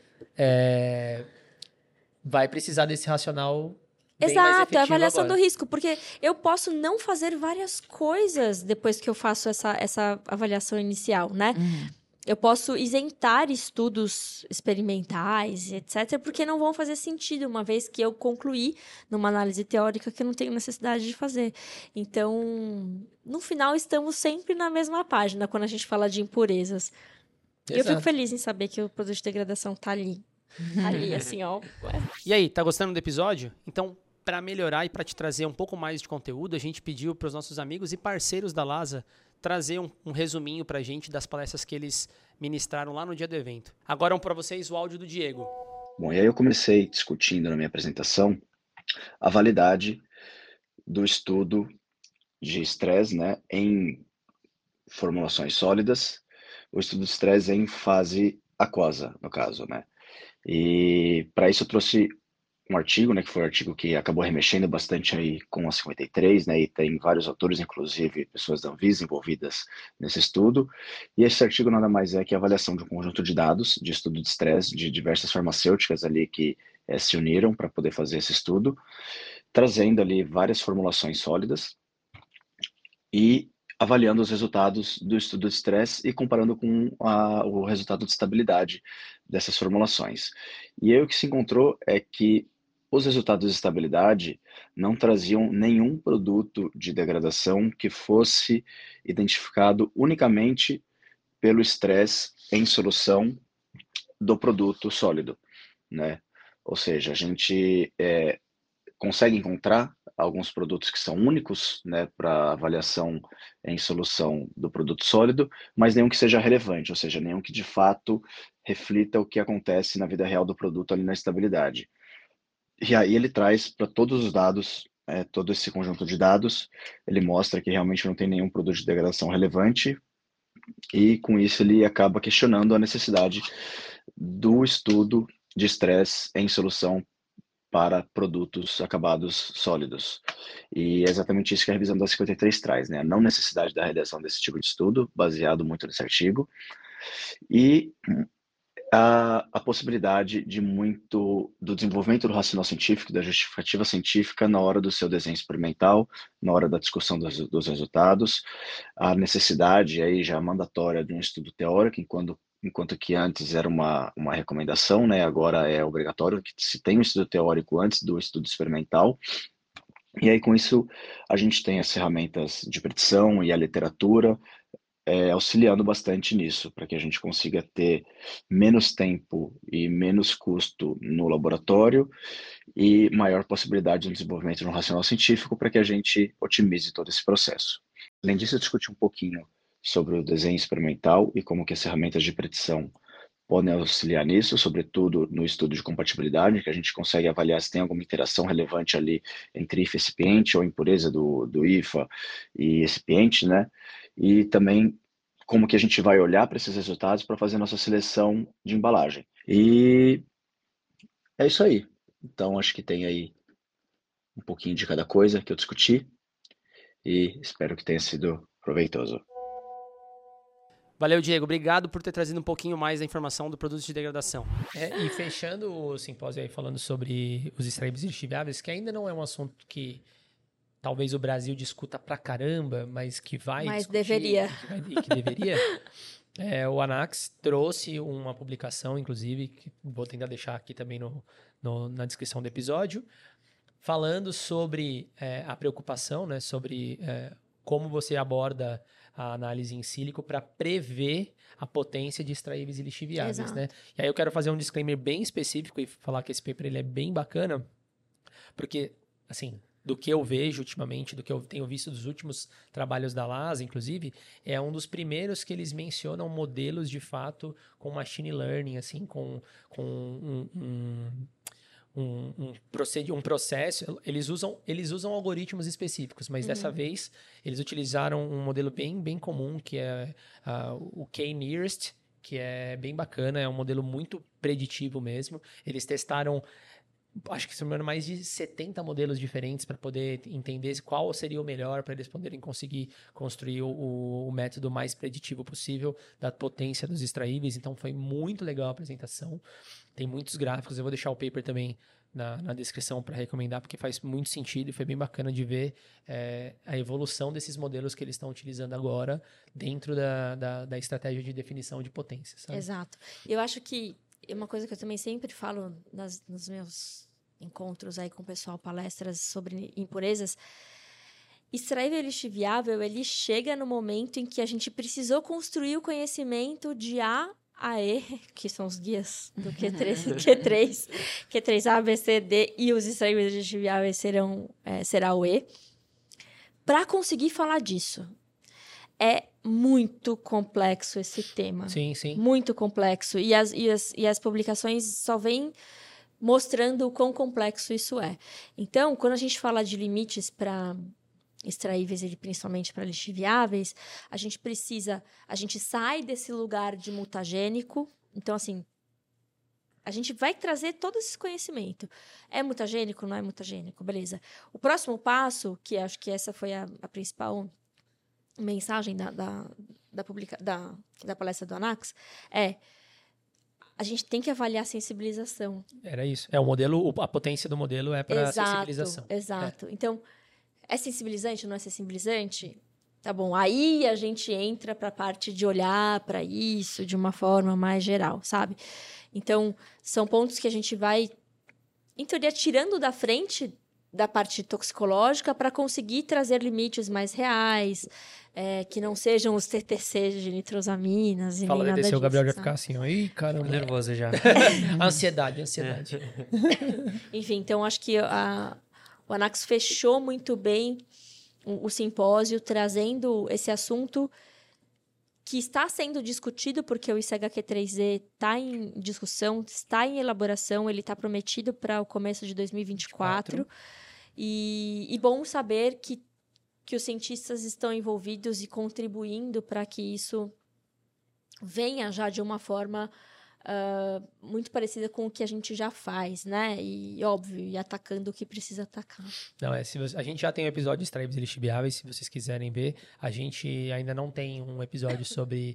É, vai precisar desse racional bem mais Exato, é efetivo a avaliação agora. do risco, porque eu posso não fazer várias coisas depois que eu faço essa, essa avaliação inicial, né? Eu posso isentar estudos experimentais, etcétera, porque não vão fazer sentido, uma vez que eu concluí numa análise teórica que eu não tenho necessidade de fazer. Então, no final, estamos sempre na mesma página quando a gente fala de impurezas. E eu fico Exato. feliz em saber que o produto de degradação tá ali. Tá ali, assim, ó. Ué. E aí, tá gostando do episódio? Então, para melhorar e para te trazer um pouco mais de conteúdo, a gente pediu para os nossos amigos e parceiros da Lasa trazer um, um resuminho para a gente das palestras que eles ministraram lá no dia do evento. Agora, para vocês, o áudio do Diego. Bom, e aí eu comecei discutindo na minha apresentação a validade do estudo de estresse, né, em formulações sólidas, o estudo de estresse em fase aquosa, no caso, né. E para isso eu trouxe um artigo, né, que foi um artigo que acabou remexendo bastante aí com a cinquenta e três, né, e tem vários autores, inclusive pessoas da Anvisa envolvidas nesse estudo, e esse artigo nada mais é que a avaliação de um conjunto de dados de estudo de estresse de diversas farmacêuticas ali que eh, se uniram para poder fazer esse estudo, trazendo ali várias formulações sólidas e avaliando os resultados do estudo de estresse e comparando com a, o resultado de estabilidade dessas formulações. E aí o que se encontrou é que os resultados de estabilidade não traziam nenhum produto de degradação que fosse identificado unicamente pelo estresse em solução do produto sólido, né? Ou seja, a gente é, consegue encontrar alguns produtos que são únicos, né, para avaliação em solução do produto sólido, mas nenhum que seja relevante, ou seja, nenhum que de fato reflita o que acontece na vida real do produto ali na estabilidade. E aí ele traz para todos os dados, é, todo esse conjunto de dados, ele mostra que realmente não tem nenhum produto de degradação relevante, e com isso ele acaba questionando a necessidade do estudo de estresse em solução para produtos acabados sólidos. E é exatamente isso que a revisão da cinquenta e três traz, né? A não necessidade da realização desse tipo de estudo, baseado muito nesse artigo, e a, a possibilidade de muito do desenvolvimento do racional científico, da justificativa científica na hora do seu desenho experimental, na hora da discussão dos, dos resultados, a necessidade aí já mandatória de um estudo teórico, enquanto enquanto que antes era uma, uma recomendação, né, agora é obrigatório que se tenha um estudo teórico antes do estudo experimental. E aí com isso a gente tem as ferramentas de predição e a literatura é, auxiliando bastante nisso, para que a gente consiga ter menos tempo e menos custo no laboratório e maior possibilidade de desenvolvimento no racional científico para que a gente otimize todo esse processo. Além disso, eu discuti um pouquinho sobre o desenho experimental e como que as ferramentas de predição podem auxiliar nisso, sobretudo no estudo de compatibilidade, que a gente consegue avaliar se tem alguma interação relevante ali entre I F A e recipiente ou impureza do, do I F A e recipiente, né? E também como que a gente vai olhar para esses resultados para fazer nossa seleção de embalagem. E é isso aí. Então, acho que tem aí um pouquinho de cada coisa que eu discuti e espero que tenha sido proveitoso. Valeu, Diego. Obrigado por ter trazido um pouquinho mais da informação do produto de degradação. É, e fechando o simpósio aí falando sobre os extraíveis irretriváveis, que ainda não é um assunto que talvez o Brasil discuta pra caramba, mas que vai Mas discutir, deveria. Que, vai, que deveria. É, o Anax trouxe uma publicação, inclusive, que vou tentar deixar aqui também no, no, na descrição do episódio, falando sobre é, a preocupação, né, sobre é, como você aborda a análise em sílico para prever a potência de extraíveis e lixiviáveis, Exato. né? E aí eu quero fazer um disclaimer bem específico e falar que esse paper ele é bem bacana, porque, assim, do que eu vejo ultimamente, do que eu tenho visto dos últimos trabalhos da Lasa, inclusive, é um dos primeiros que eles mencionam modelos, de fato, com machine learning, assim, com, com um... um Um, um, proced... um processo, eles usam, eles usam algoritmos específicos, mas uhum. dessa vez eles utilizaram um modelo bem, bem comum, que é uh, o K-Nearest, que é bem bacana, é um modelo muito preditivo mesmo. Eles testaram, acho que se não me engano, mais de setenta modelos diferentes para poder entender qual seria o melhor para eles poderem conseguir construir o, o método mais preditivo possível da potência dos extraíveis. Então foi muito legal a apresentação. Tem muitos gráficos, eu vou deixar o paper também na, na descrição para recomendar, porque faz muito sentido e foi bem bacana de ver é, a evolução desses modelos que eles estão utilizando agora dentro da, da, da estratégia de definição de potência. Sabe? Exato. Eu acho que uma coisa que eu também sempre falo nas, nos meus encontros aí com o pessoal, palestras sobre impurezas, extraível lixiviável, ele chega no momento em que a gente precisou construir o conhecimento de A a E, que são os guias do Q três, Q três, Q três A, B, C, D, e os extraíveis lixiviáveis serão, é, será o E, para conseguir falar disso. É muito complexo esse tema. Sim, sim. Muito complexo. E as, e as, e as publicações só vêm mostrando o quão complexo isso é. Então, quando a gente fala de limites para extraíveis e principalmente para lixiviáveis, a gente precisa, a gente sai desse lugar de mutagênico. Então, assim, a gente vai trazer todo esse conhecimento. É mutagênico, não é mutagênico? Beleza. O próximo passo, que acho que essa foi a, a principal mensagem da, da, da, publica, da, da palestra do Anax, é a gente tem que avaliar a sensibilização. Era isso. É o modelo, a potência do modelo é para sensibilização. Exato. É. Então, é sensibilizante ou não é sensibilizante? Tá bom. Aí a gente entra para a parte de olhar para isso de uma forma mais geral, sabe? Então, são pontos que a gente vai, em teoria, tirando da frente da parte toxicológica para conseguir trazer limites mais reais, é, que não sejam os T T Cs de nitrosaminas e Fala nem nada disso. O Gabriel já sabe? ficar assim, ó. Ih, caramba. Tô nervoso já. Ansiedade, ansiedade. Enfim, então acho que a, O Anax fechou muito bem o, o simpósio, trazendo esse assunto que está sendo discutido, porque o I C H Q três E está em discussão, está em elaboração, ele está prometido para o começo de dois mil e vinte e quatro. E, e bom saber que, que os cientistas estão envolvidos e contribuindo para que isso venha já de uma forma uh, muito parecida com o que a gente já faz, né? E, óbvio, e atacando o que precisa atacar. Não, é, se você, a gente já tem um episódio de extraíveis lixiviáveis, se vocês quiserem ver. A gente ainda não tem um episódio sobre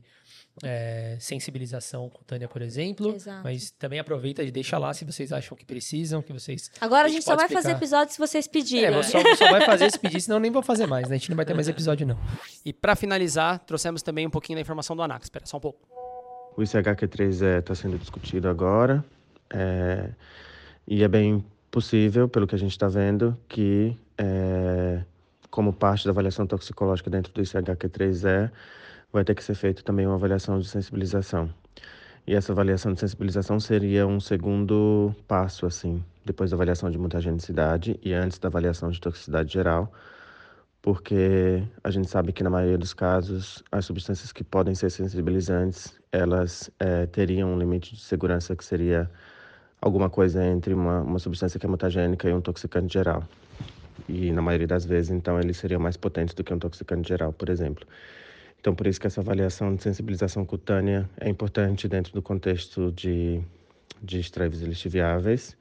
é, sensibilização cutânea, por exemplo. Exato. Mas também aproveita e deixa lá se vocês acham que precisam, que vocês... Agora a gente, a gente só vai explicar. fazer episódio se vocês pedirem. É, só, só vai fazer se pedir, senão nem vou fazer mais, né? A gente não vai ter mais episódio, não. E para finalizar, trouxemos também um pouquinho da informação do Anax. Espera só um pouco. O I C H Q três E está sendo discutido agora é, e é bem possível, pelo que a gente está vendo, que é, como parte da avaliação toxicológica dentro do I C H Q três E, vai ter que ser feita também uma avaliação de sensibilização. E essa avaliação de sensibilização seria um segundo passo, assim, depois da avaliação de mutagenicidade e antes da avaliação de toxicidade geral, porque a gente sabe que na maioria dos casos as substâncias que podem ser sensibilizantes, elas é, teriam um limite de segurança que seria alguma coisa entre uma, uma substância que é mutagênica e um toxicante geral. E na maioria das vezes, então, eles seriam mais potentes do que um toxicante geral, por exemplo. Então, por isso que essa avaliação de sensibilização cutânea é importante dentro do contexto de, de extraíveis lixiviáveis.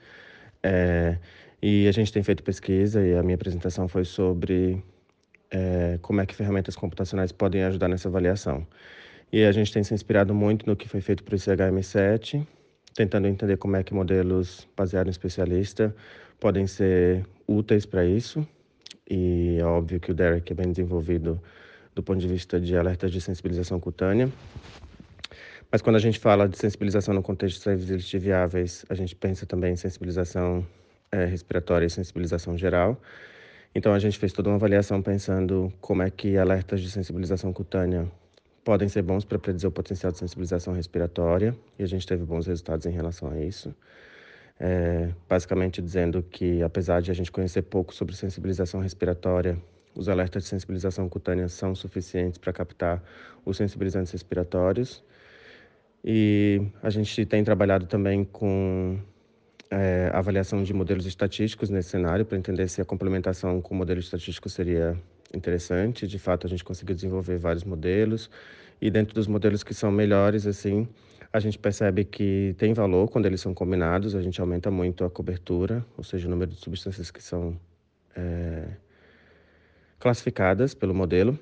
É, e a gente tem feito pesquisa e a minha apresentação foi sobre É, como é que ferramentas computacionais podem ajudar nessa avaliação. E a gente tem se inspirado muito no que foi feito para o I C H M sete, tentando entender como é que modelos baseados em especialista podem ser úteis para isso. E é óbvio que o Derek é bem desenvolvido do ponto de vista de alertas de sensibilização cutânea. Mas quando a gente fala de sensibilização no contexto de extraíveis lixiviáveis, a gente pensa também em sensibilização é, respiratória e sensibilização geral. Então, a gente fez toda uma avaliação pensando como é que alertas de sensibilização cutânea podem ser bons para predizer o potencial de sensibilização respiratória, e a gente teve bons resultados em relação a isso. É, basicamente dizendo que, apesar de a gente conhecer pouco sobre sensibilização respiratória, os alertas de sensibilização cutânea são suficientes para captar os sensibilizantes respiratórios. E a gente tem trabalhado também com É, avaliação de modelos estatísticos nesse cenário para entender se a complementação com o modelo estatístico seria interessante. De fato, a gente conseguiu desenvolver vários modelos e dentro dos modelos que são melhores, assim, a gente percebe que tem valor quando eles são combinados. A gente aumenta muito a cobertura, ou seja, o número de substâncias que são é, classificadas pelo modelo,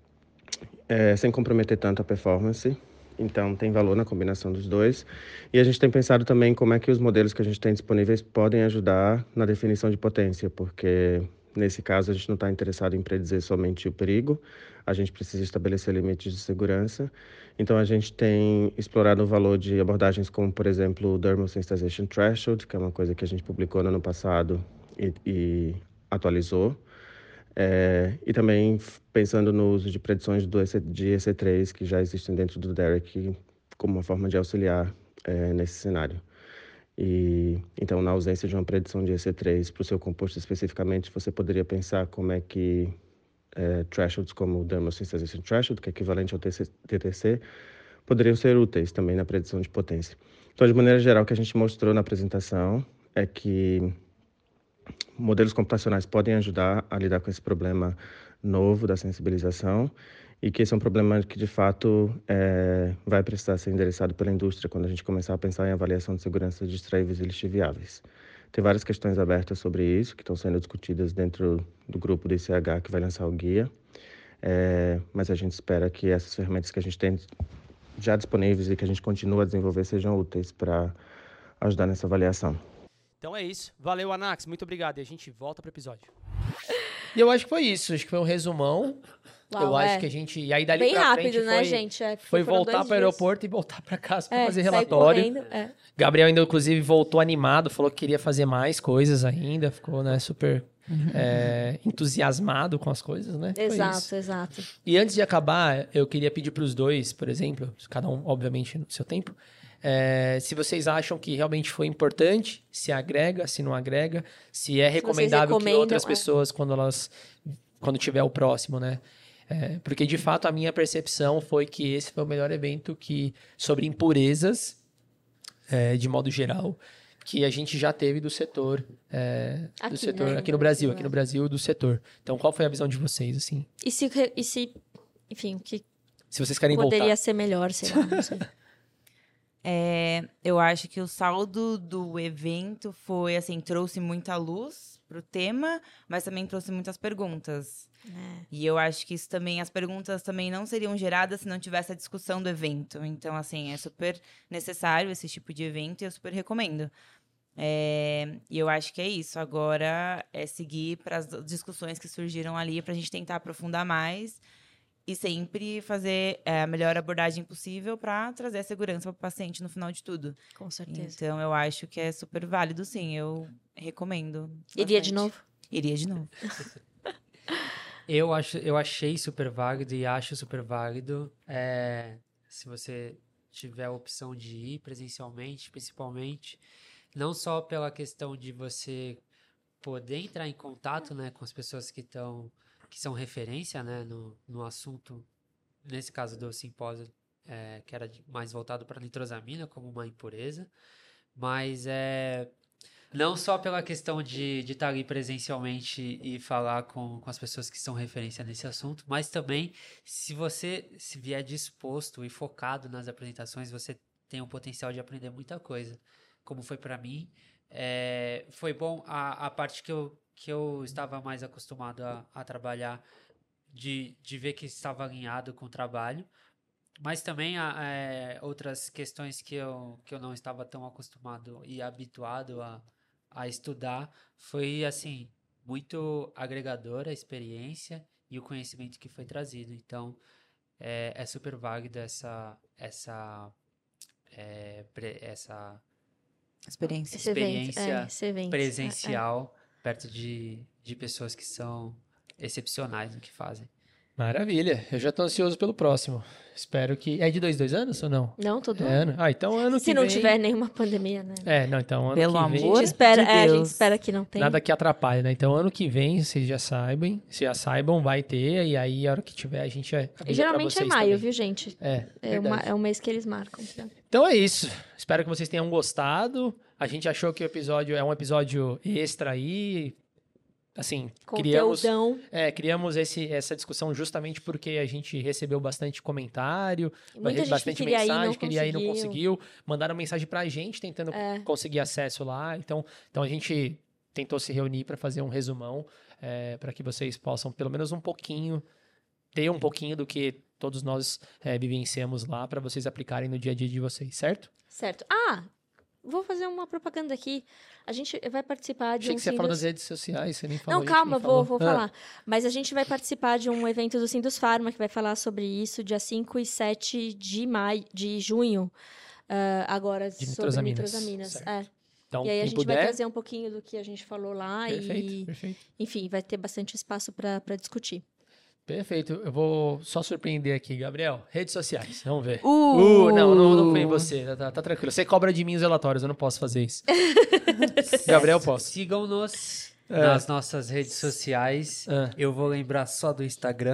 é, sem comprometer tanto a performance. Então, tem valor na combinação dos dois. E a gente tem pensado também como é que os modelos que a gente tem disponíveis podem ajudar na definição de potência, porque, nesse caso, a gente não está interessado em predizer somente o perigo, a gente precisa estabelecer limites de segurança. Então, a gente tem explorado o valor de abordagens como, por exemplo, o Dermal Sensitization Threshold, que é uma coisa que a gente publicou no ano passado e, e atualizou. É, e também pensando no uso de predições do E C, de E C três que já existem dentro do Derek como uma forma de auxiliar é, nesse cenário. E, então, na ausência de uma predição de E C três para o seu composto especificamente, você poderia pensar como é que é, thresholds como o Dermal Sensitization Threshold, que é equivalente ao T T C, poderiam ser úteis também na predição de potência. Então, de maneira geral, o que a gente mostrou na apresentação é que modelos computacionais podem ajudar a lidar com esse problema novo da sensibilização e que esse é um problema que, de fato, é, vai precisar ser endereçado pela indústria quando a gente começar a pensar em avaliação de segurança de extraíveis e lixiviáveis. Tem várias questões abertas sobre isso que estão sendo discutidas dentro do grupo do I C H que vai lançar o guia, é, mas a gente espera que essas ferramentas que a gente tem já disponíveis e que a gente continua a desenvolver sejam úteis para ajudar nessa avaliação. Então é isso. Valeu, Anax. Muito obrigado. E a gente volta pro episódio. E eu acho que foi isso. Acho que foi um resumão. Uau, eu acho é. que a gente... E aí, dali Bem pra rápido, frente, né, foi, gente? É, foi foram voltar dois para o dias. aeroporto e voltar para casa para É, fazer sair relatório. correndo, é. Gabriel ainda, inclusive, voltou animado. Falou que queria fazer mais coisas ainda. Ficou, né, super é, entusiasmado com as coisas, né? Foi Exato, isso. exato. E antes de acabar, eu queria pedir para os dois, por exemplo, cada um, obviamente, no seu tempo, É, se vocês acham que realmente foi importante, se agrega, se não agrega, se é recomendável que outras recomendam, é. pessoas, quando elas, quando tiver o próximo, né? É, porque, de fato, a minha percepção foi que esse foi o melhor evento que, sobre impurezas, é, de modo geral, que a gente já teve do setor, é, Aqui, do setor né, aqui no no Brasil, Brasil, aqui é. no Brasil, do setor. Então, qual foi a visão de vocês, assim? E se, re- e se enfim, o que Se vocês querem poderia voltar. ser melhor, sei lá, não sei. É, eu acho que o saldo do evento foi, assim, trouxe muita luz pro tema, mas também trouxe muitas perguntas. É. E eu acho que isso também, as perguntas também não seriam geradas se não tivesse a discussão do evento. Então, assim, é super necessário esse tipo de evento e eu super recomendo. É, e eu acho que é isso. Agora é seguir para as discussões que surgiram ali, para a gente tentar aprofundar mais e sempre fazer é, a melhor abordagem possível para trazer a segurança para o paciente no final de tudo. Com certeza. Então, eu acho que é super válido, sim. Eu recomendo. Iria de bastante. novo? Iria de novo. Eu, acho, eu achei super válido e acho super válido. É, se você tiver a opção de ir presencialmente, principalmente, não só pela questão de você poder entrar em contato, né, com as pessoas que estão que são referência, né, no, no assunto, nesse caso do simpósio, é, que era de- mais voltado para nitrosamina como uma impureza, mas é não só pela questão de de estar ali presencialmente e falar com, com as pessoas que são referência nesse assunto, mas também se você se vier disposto e focado nas apresentações, você tem o potencial de aprender muita coisa, como foi para mim. É, foi bom a, a parte que eu, que eu estava mais acostumado a, a trabalhar, de, de ver que estava alinhado com o trabalho, mas também a, é, outras questões que eu, que eu não estava tão acostumado e habituado a, a estudar, foi assim, muito agregadora a experiência e o conhecimento que foi trazido. Então, é, é super válida essa, essa, é, pre- essa Experiência. Esse evento, experiência é, esse evento. presencial perto de, de pessoas que são excepcionais no que fazem. Maravilha. Eu já tô ansioso pelo próximo. Espero que... É de dois, dois anos ou não? É. Não, todo É ano? Ah, então ano Se que não vem... tiver nenhuma pandemia, né? É, não, então ano Pelo que vem... A amor gente espera, de é, a gente Deus. espera que não tenha. Nada que atrapalhe, né? Então, ano que vem, vocês já saibam, se já saibam, vai ter, e aí, a hora que tiver, a gente vai avisa E geralmente pra é vocês maio, também. viu, gente? É, É, uma, verdade. é um mês que eles marcam. Tá? Então é isso. Espero que vocês tenham gostado. A gente achou que o episódio é um episódio extra aí. Assim, criamos, Conteúdão. é, criamos esse, essa discussão justamente porque a gente recebeu bastante comentário, Muita gente que bastante queria ir, mensagem, não queria ir, não conseguiu. conseguiu. Mandaram mensagem pra gente tentando É. conseguir acesso lá. Então, então a gente tentou se reunir para fazer um resumão, é, para que vocês possam, pelo menos um pouquinho, ter um pouquinho do que todos nós é, vivenciamos lá para vocês aplicarem no dia a dia de vocês, certo? Certo. Ah, vou fazer uma propaganda aqui. A gente vai participar de Achei um que você ia Sim falar dos- das redes sociais, você nem falou. Não, a gente calma, nem vou, falou. vou Ah, falar. Mas a gente vai participar de um evento do Sindus Pharma, que vai falar sobre isso, dia cinco e sete de maio, de junho. ah, agora, sobre nitrosaminas, nitrosaminas. certo. É. Então, E aí a quem gente puder, vai trazer um pouquinho do que a gente falou lá perfeito, e, perfeito. enfim, vai ter bastante espaço para discutir. Perfeito. Eu vou só surpreender aqui, Gabriel. Redes sociais, vamos ver. Uh! Uh, não, não, não foi você. Tá, tá, tá tranquilo. Você cobra de mim os relatórios, eu não posso fazer isso. Gabriel, posso. Sigam-nos É. nas nossas redes sociais. Ah. Eu vou lembrar só do Instagram.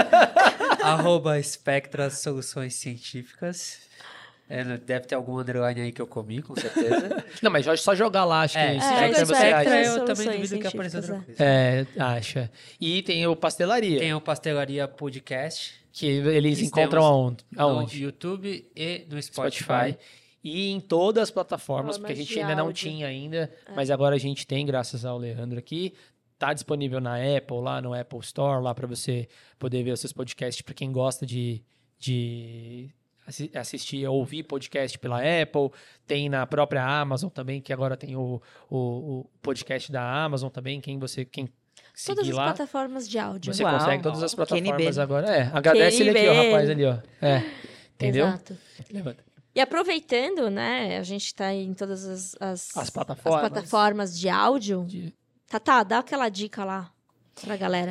arroba Spectra Soluções Científicas. É, deve ter algum underline aí que eu comi, com certeza. Não, mas só jogar lá, acho que É, se é, já tem Spectra, você Spectra, acha. eu Soluções também duvido que apareça outra científicas, coisa. É, acha. E tem o Pastelaria, Tem o Pastelaria Podcast que eles que encontram temos aonde? no Aonde? YouTube e no Spotify. Spotify. E em todas as plataformas, porque a Formas gente de ainda não áudio. tinha ainda, mas agora a gente tem, graças ao Leandro aqui. Tá disponível na Apple, lá no Apple Store, lá para você poder ver os seus podcasts, para quem gosta de, de assi- assistir, ouvir podcast pela Apple. Tem na própria Amazon também, que agora tem o, o, o podcast da Amazon também, quem você quem Todas seguir as lá. plataformas de áudio. Você Uau. consegue todas as Q N B. plataformas agora. É, agradece ele aqui, ó, Q N B. rapaz, ali, ó. É, entendeu? Exato. Levanta. E aproveitando, né, a gente tá em todas as, as, As plataformas. as plataformas de áudio. De- Tatá, dá aquela dica lá pra galera.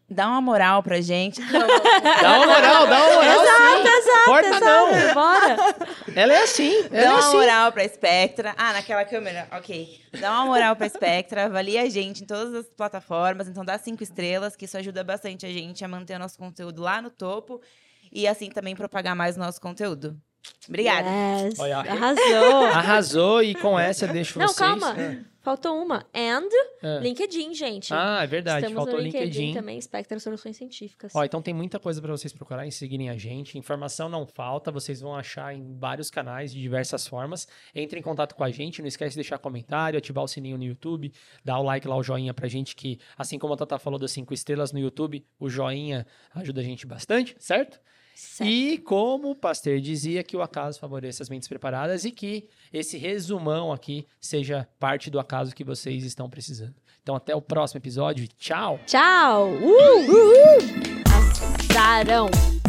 dá uma moral pra gente. Dá uma moral, dá uma moral Exato, sim. exato, Corta não. exato. Bora. Ela é assim, ela Dá é uma assim. moral pra Spectra. Ah, naquela câmera, ok. Dá uma moral pra Spectra, avalia a gente em todas as plataformas, então dá cinco estrelas, que isso ajuda bastante a gente a manter o nosso conteúdo lá no topo e assim também propagar mais o nosso conteúdo. Obrigada. Yes. Olha, Arrasou. Arrasou e com essa eu deixo Não, vocês. calma. Ah, Faltou uma. And ah. LinkedIn, gente. Ah, é verdade, Estamos faltou o no LinkedIn, LinkedIn. também, Spectra Soluções Científicas. Ó, então tem muita coisa para vocês procurarem, seguirem a gente. Informação não falta, vocês vão achar em vários canais de diversas formas. Entre em contato com a gente, não esquece de deixar comentário, ativar o sininho no YouTube, dar o like lá, o joinha pra gente, que assim como a Tata falou das cinco estrelas no YouTube, o joinha ajuda a gente bastante, certo? Certo. E como o Pasteur dizia, que o acaso favoreça as mentes preparadas e que esse resumão aqui seja parte do acaso que vocês estão precisando. Então até o próximo episódio e tchau! Tchau! Uh! Uhul! Azarão!